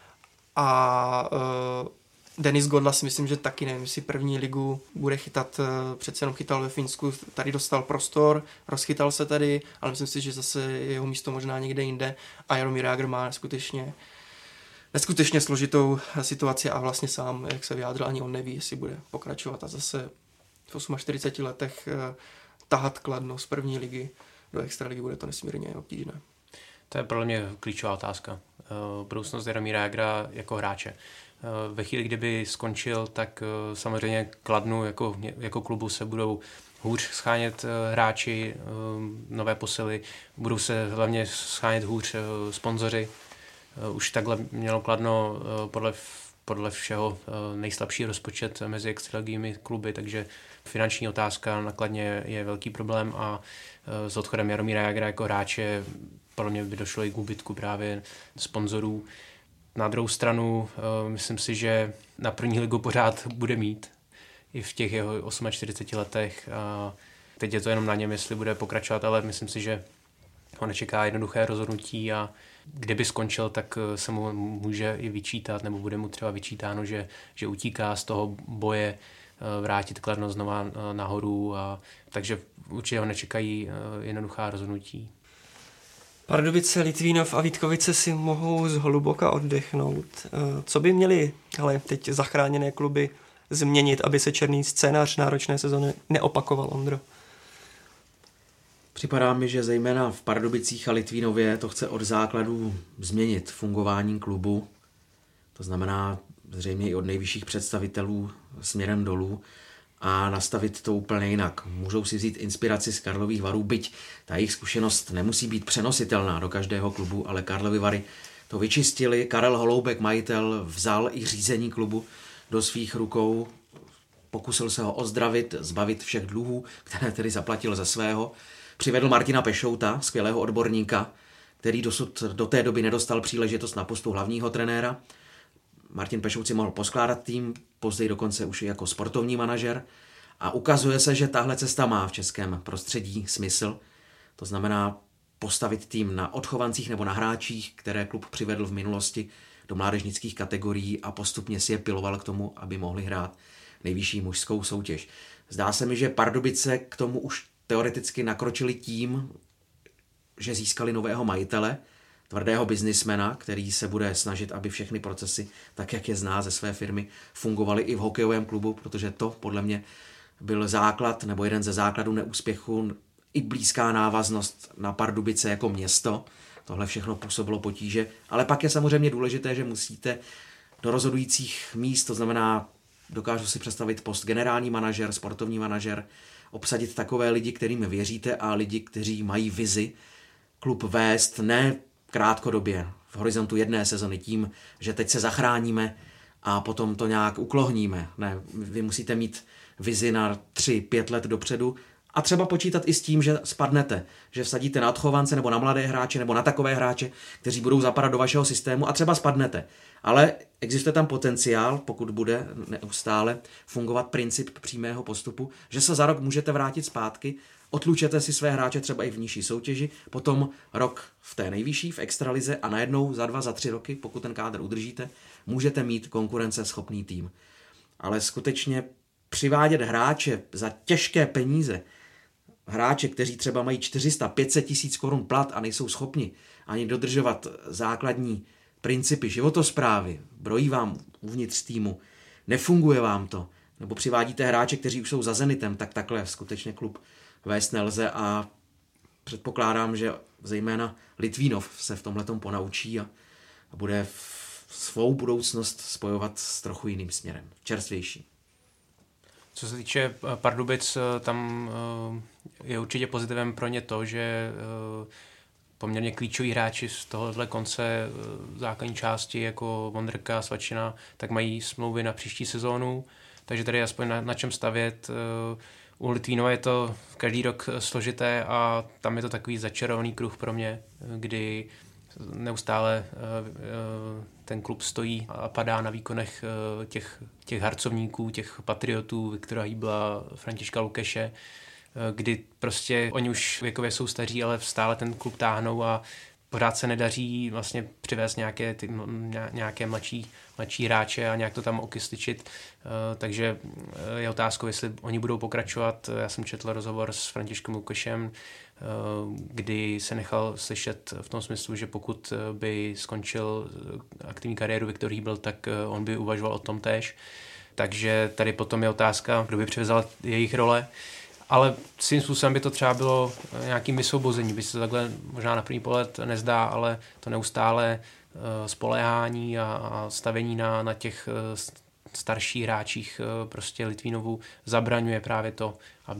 a Denis Godla si myslím, že taky nevím, jestli první ligu bude chytat, přece jenom chytal ve Finsku, tady dostal prostor, rozchytal se tady, ale myslím si, že zase jeho místo možná někde jinde a Jaromír Jágr má neskutečně složitou situaci a vlastně sám, jak se vyjádřil, ani on neví, jestli bude pokračovat a zase v 48 letech tahat Kladno z první ligy do extraligy bude to nesmírně obtížné. To je pro mě klíčová otázka. Budoucnost Jaromíra Jágra jako hráče. Ve chvíli, kdyby skončil, tak samozřejmě Kladnu jako klubu se budou hůř schánět hráči, nové posily, budou se hlavně schánět hůř sponzoři. Už takhle mělo Kladno podle všeho nejslabší rozpočet mezi extraligovými kluby, takže finanční otázka na Kladně je velký problém a s odchodem Jaromíra Jágra jako hráče podle mě by došlo i k úbytku právě sponzorů. Na druhou stranu myslím si, že na první ligu pořád bude mít i v těch jeho 48 letech. A teď je to jenom na něm, jestli bude pokračovat, ale myslím si, že ho nečeká jednoduché rozhodnutí a kdyby skončil, tak se mu může i vyčítat, nebo bude mu třeba vyčítáno, že utíká z toho boje vrátit Kladno znova nahoru. Takže určitě ho nečekají jednoduchá rozhodnutí. Pardubice, Litvínov a Vítkovice si mohou zhluboka oddechnout. Co by měli teď zachráněné kluby změnit, aby se černý scénář náročné sezony neopakoval, Ondro? Připadá mi, že zejména v Pardubicích a Litvínově to chce od základů změnit fungování klubu. To znamená zřejmě i od nejvyšších představitelů směrem dolů a nastavit to úplně jinak. Můžou si vzít inspiraci z Karlových Varů, byť ta jejich zkušenost nemusí být přenositelná do každého klubu, ale Karlovy Vary to vyčistili. Karel Holoubek, majitel, vzal i řízení klubu do svých rukou, pokusil se ho ozdravit, zbavit všech dluhů, které tedy zaplatil ze svého. Přivedl Martina Pešouta, skvělého odborníka, který dosud do té doby nedostal příležitost na postu hlavního trenéra. Martin Pešout si mohl poskládat tým, později dokonce už i jako sportovní manažer a ukazuje se, že tahle cesta má v českém prostředí smysl. To znamená postavit tým na odchovancích nebo na hráčích, které klub přivedl v minulosti do mládežnických kategorií a postupně si je piloval k tomu, aby mohli hrát nejvyšší mužskou soutěž. Zdá se mi, že Pardubice k tomu už teoreticky nakročili tím, že získali nového majitele, tvrdého biznismena, který se bude snažit, aby všechny procesy, tak jak je zná ze své firmy, fungovaly i v hokejovém klubu, protože to podle mě byl základ nebo jeden ze základů neúspěchu, i blízká návaznost na Pardubice jako město. Tohle všechno působilo potíže, ale pak je samozřejmě důležité, že musíte do rozhodujících míst, to znamená, dokážu si představit post generální manažer, sportovní manažer, obsadit takové lidi, kterým věříte a lidi, kteří mají vizi klub vést ne krátkodobě, v horizontu jedné sezony tím, že teď se zachráníme a potom to nějak uklohníme. Ne, vy musíte mít vizi na 3-5 let dopředu a třeba počítat i s tím, že spadnete, že vsadíte na odchovance nebo na mladé hráče nebo na takové hráče, kteří budou zapadat do vašeho systému a třeba spadnete. Ale existuje tam potenciál, pokud bude neustále fungovat princip přímého postupu, že se za rok můžete vrátit zpátky, otlučete si své hráče třeba i v nižší soutěži, potom rok v té nejvyšší, v extralize a najednou za 2, za 3 roky, pokud ten kádr udržíte, můžete mít konkurenceschopný tým. Ale skutečně přivádět hráče za těžké peníze, hráče, kteří třeba mají 400-500 tisíc korun plat a nejsou schopni ani dodržovat základní principy životosprávy, brojí vám uvnitř týmu, nefunguje vám to, nebo přivádíte hráče, kteří už jsou za Zenitem, tak takhle skutečně klub vést nelze a předpokládám, že zejména Litvínov se v tomhletom ponaučí a bude svou budoucnost spojovat s trochu jiným směrem, čerstvější. Co se týče Pardubic, tam je určitě pozitivem pro ně to, že poměrně klíčoví hráči z tohohle konce základní části jako Vondrka, Svačina, tak mají smlouvy na příští sezónu, takže tady je aspoň na čem stavět. U Litvínova je to každý rok složité a tam je to takový začarovaný kruh pro mě, kdy neustále ten klub stojí a padá na výkonech těch harcovníků, těch patriotů, Viktora Hýbla, Františka Lukeše, kdy prostě oni už věkově jsou staří, ale stále ten klub táhnou a pořád se nedaří vlastně přivést nějaké mladší hráče a nějak to tam okysličit. Takže je otázkou, jestli oni budou pokračovat. Já jsem četl rozhovor s Františkem Lukešem, kdy se nechal slyšet v tom smyslu, že pokud by skončil aktivní kariéru Viktor Hýbl, tak on by uvažoval o tom též. Takže tady potom je otázka, kdo by převzal jejich role. Ale svým způsobem by to třeba bylo nějakým vysvobození, by se takhle možná na první pohled nezdá, ale to neustále spoléhání a stavění na těch starších hráčích prostě Litvínovu zabraňuje právě to,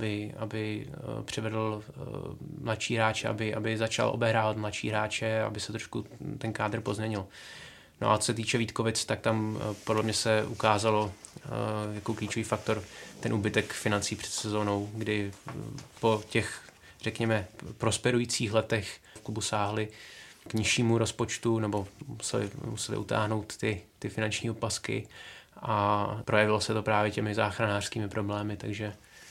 aby přivedl mladší hráče, aby začal obehrávat mladší hráče, aby se trošku ten kádr pozměnil. No a co se týče Vítkovic, tak tam podle mě se ukázalo jako klíčový faktor ten úbytek financí před sezónou, kdy po těch, řekněme, prosperujících letech v klubu sáhli k nižšímu rozpočtu nebo museli utáhnout ty finanční opasky a projevilo se to právě těmi záchranářskými problémy, takže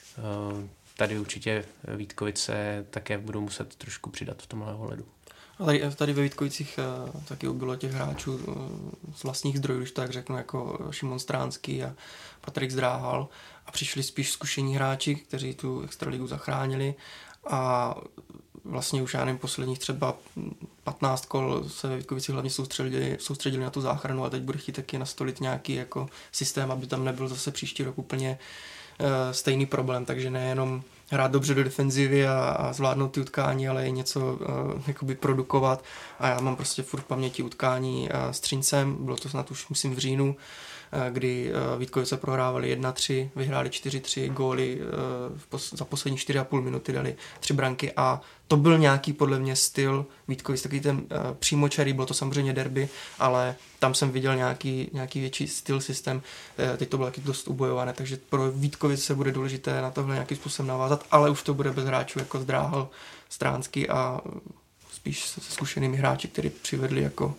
tady určitě Vítkovice také budou muset trošku přidat v tomhle ohledu. A tady ve Vítkovicích taky ubylo těch hráčů z vlastních zdrojů, když tak řeknu, jako Šimon Stránský a Patrik Zdráhal, a přišli spíš zkušení hráči, kteří tu extraligu zachránili a vlastně už já nevím, posledních třeba 15 kol se ve Vítkovicích hlavně soustředili na tu záchranu a teď bude chtít taky nastolit nějaký jako systém, aby tam nebyl zase příští rok úplně stejný problém, takže nejenom hrát dobře do defenzivy a zvládnout ty utkání, ale i něco jakoby produkovat. A já mám prostě furt v paměti utkání s Třincem, bylo to snad už myslím v říjnu, kdy Vítkovice prohrávali 1-3, vyhráli 4-3 góly, za poslední 4,5 minuty dali 3 branky a to byl nějaký podle mě styl Vítkovic, takový ten přímočarý, bylo to samozřejmě derby, ale tam jsem viděl nějaký větší styl, systém, teď to bylo taky dost ubojované, takže pro Vítkovic se bude důležité na tohle nějakým způsobem navázat, ale už to bude bez hráčů jako Zdráhal, Stránský a spíš se zkušenými hráči, kteří přivedli jako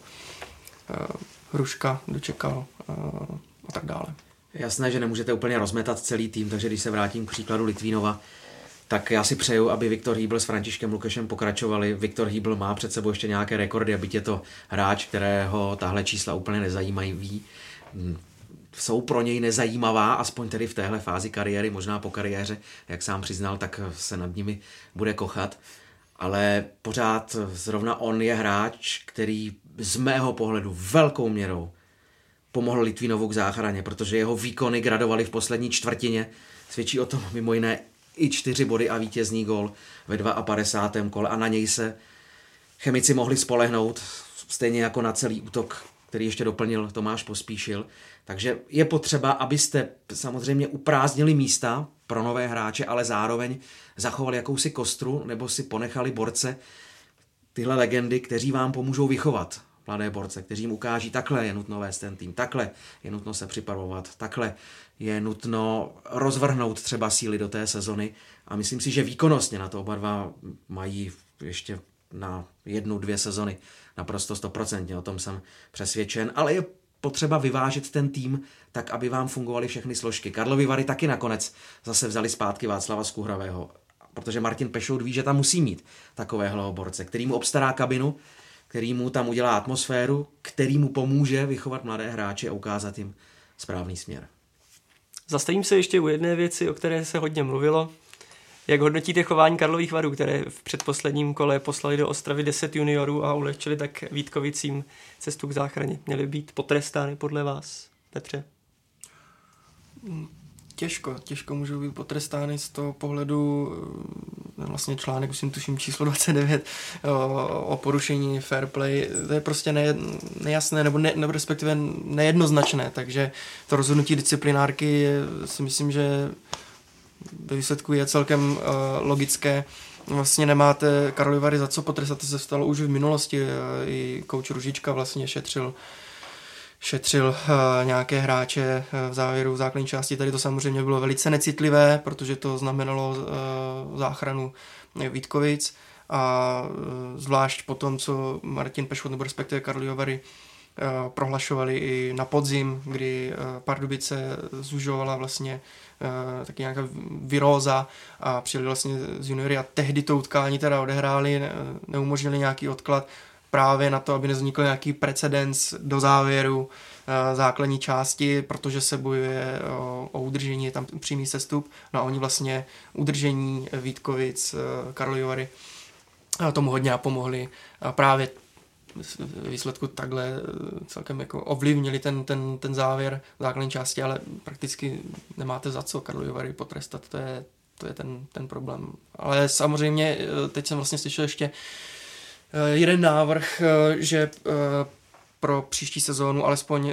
Hruška, Dočekal a tak dále. Jasné, že nemůžete úplně rozmetat celý tým, takže když se vrátím k příkladu Litvínova, tak já si přeju, aby Viktor Hýbl s Františkem Lukešem pokračovali. Viktor Hýbl má před sebou ještě nějaké rekordy, byť je to hráč, kterého tahle čísla úplně nezajímají. Jsou pro něj nezajímavá, aspoň tedy v téhle fázi kariéry, možná po kariéře, jak sám přiznal, tak se nad nimi bude kochat. Ale pořád zrovna on je hráč, který z mého pohledu velkou měrou pomohl Litvínovu k záchraně, protože jeho výkony gradovaly v poslední čtvrtině. Svědčí o tom mimo jiné i 4 body a vítězný gól ve 52. kole a na něj se chemici mohli spolehnout, stejně jako na celý útok, který ještě doplnil Tomáš Pospíšil. Takže je potřeba, abyste samozřejmě uprázdnili místa pro nové hráče, ale zároveň zachovali jakousi kostru nebo si ponechali borce, tyhle legendy, kteří vám pomůžou vychovat mladé borce, kteří jim ukáží, takhle je nutno vést ten tým, takhle je nutno se připravovat, takhle je nutno rozvrhnout třeba síly do té sezony a myslím si, že výkonnostně na to oba dva mají ještě na 1-2 sezony naprosto 100%, o tom jsem přesvědčen, ale je potřeba vyvážet ten tým tak, aby vám fungovaly všechny složky. Karlovy Vary taky nakonec zase vzali zpátky Václava Skuhravého, protože Martin Pešout ví, že tam musí mít takovéhle borce, který mu obstará kabinu, který mu tam udělá atmosféru, který mu pomůže vychovat mladé hráče a ukázat jim správný směr. Zastavím se ještě u jedné věci, o které se hodně mluvilo. Jak hodnotíte chování Karlových Varů, které v předposledním kole poslali do Ostravy 10 juniorů a ulehčili tak Vítkovicím cestu k záchraně? Měly být potrestány podle vás, Petře? Těžko můžou být potrestány z toho pohledu, vlastně článek, tuším číslo 29 o porušení fair play, to je prostě nejasné nebo respektive nejednoznačné, takže to rozhodnutí disciplinárky si myslím, že ve výsledku je celkem logické. Vlastně nemáte Karlovy Vary za co potrestat, to se stalo už v minulosti, i kouč Ružička vlastně šetřil nějaké hráče v závěru v základní části. Tady to samozřejmě bylo velice necitlivé, protože to znamenalo záchranu Vítkovic a zvlášť po tom, co Martin Pešvot nebo respektive Karlovy Vary prohlašovali i na podzim, kdy Pardubice zužovala vlastně taky nějaká viróza a přijeli vlastně z juniory a tehdy to utkání teda odehráli, neumožnili nějaký odklad právě na to, aby nevznikl nějaký precedens do závěru základní části, protože se bojuje o udržení, je tam přímý sestup, no a oni vlastně udržení Vítkovic, Karlovy Vary tomu hodně napomohli a právě výsledku takhle celkem jako ovlivnili ten závěr základní části, ale prakticky nemáte za co Karlovy Vary potrestat, to je ten problém. Ale samozřejmě teď jsem vlastně slyšel ještě jeden návrh, že pro příští sezónu alespoň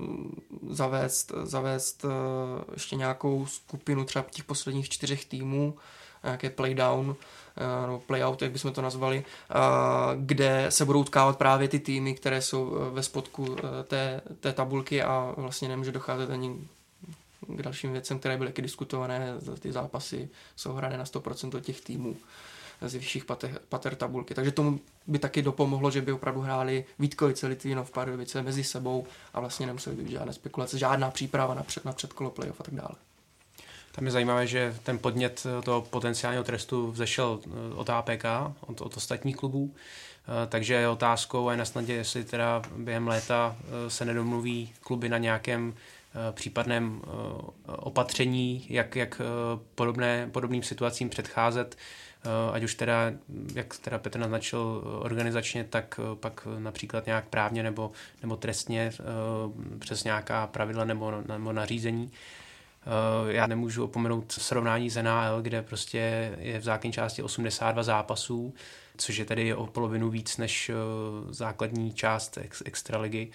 zavést ještě nějakou skupinu třeba těch posledních 4 týmů, nějaké playdown, nebo playout, jak bychom to nazvali, kde se budou utkávat právě ty týmy, které jsou ve spodku té tabulky a vlastně nemůže docházet ani k dalším věcem, které byly diskutované. Ty zápasy jsou hrané na 100% od těch týmů z vyšších pater tabulky. Takže tomu by taky dopomohlo, že by opravdu hráli Vítkovice, Litvínov, Pardubice mezi sebou a vlastně nemuseli být žádné spekulace, žádná příprava na předkolo playoff a tak dále. Tam je zajímavé, že ten podnět toho potenciálního trestu vzešel od APK, od ostatních klubů, takže je otázkou a je na snadě, jestli teda během léta se nedomluví kluby na nějakém případném opatření, jak podobným situacím předcházet, ať už teda, jak teda Petr naznačil, organizačně, tak pak například nějak právně nebo trestně přes nějaká pravidla nebo nařízení. Já nemůžu opomenout srovnání z NHL, kde prostě je v základní části 82 zápasů, což je tedy o polovinu víc než základní část extraligy.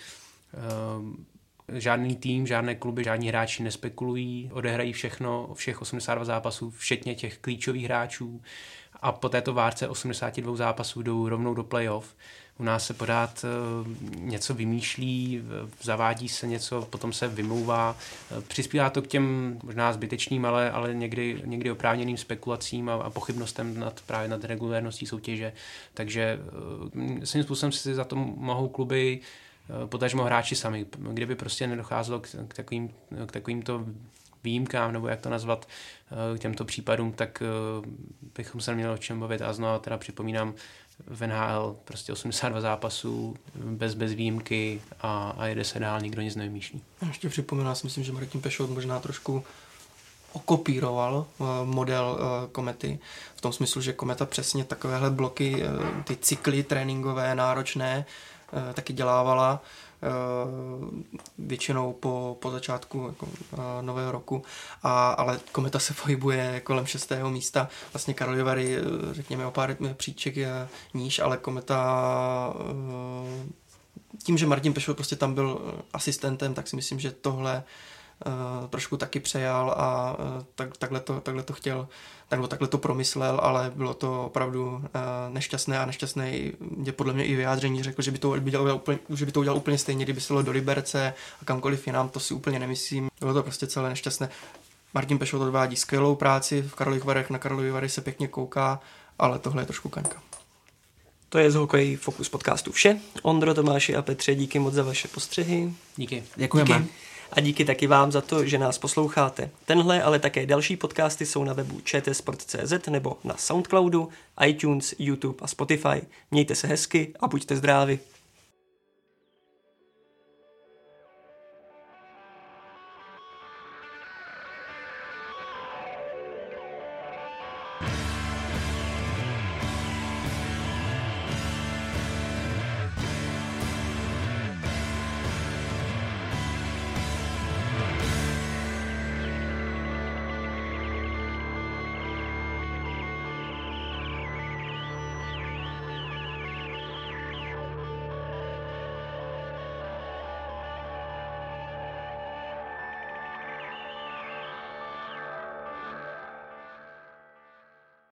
Žádný tým, žádné kluby, žádní hráči nespekulují, odehrají všech 82 zápasů, včetně těch klíčových hráčů a po této várce 82 zápasů jdou rovnou do playoff. U nás se pořád něco vymýšlí, zavádí se něco, potom se vymlouvá. Přispívá to k těm možná zbytečným, ale někdy oprávněným spekulacím a pochybnostem právě nad regulérností soutěže. Takže svým způsobem si za to mohou kluby, potažmo hráči sami. Kdyby prostě nedocházelo k takovýmto výjimkám, nebo jak to nazvat, k těmto případům, tak bychom se měli o čem bavit. A znovu teda připomínám, v NHL prostě 82 zápasů bez výjimky a jede se dál, nikdo nic nevymýšlí. Ještě připomínám, já si myslím, že Martin Pešot možná trošku okopíroval model Komety v tom smyslu, že Kometa přesně takovéhle bloky, ty cykly tréninkové, náročné, taky dělávala většinou po začátku jako, nového roku, ale Kometa se pohybuje kolem 6. místa. Vlastně Karlovy Vary, řekněme, o pár příček níž, ale Kometa tím, že Martin Pešot prostě tam byl asistentem, tak si myslím, že tohle trošku taky přejal a takhle to chtěl, takhle to promyslel, ale bylo to opravdu nešťastné a nešťastné je podle mě i vyjádření, řekl, že by to udělal úplně stejně, kdyby se do Liberce a kamkoliv jinam, to si úplně nemyslím. Bylo to prostě celé nešťastné. Martin Pešot odvádí skvělou práci v Karlových Varech, na Karlovy Vary se pěkně kouká, ale tohle je trošku kaňka. To je z Hokej Focus podcastu vše. Ondro, Tomáši a Petře, díky moc za vaše postřehy. Díky. Děkujeme. Díky. A díky taky vám za to, že nás posloucháte. Tenhle, ale také další podcasty jsou na webu čtsport.cz nebo na Soundcloudu, iTunes, YouTube a Spotify. Mějte se hezky a buďte zdraví.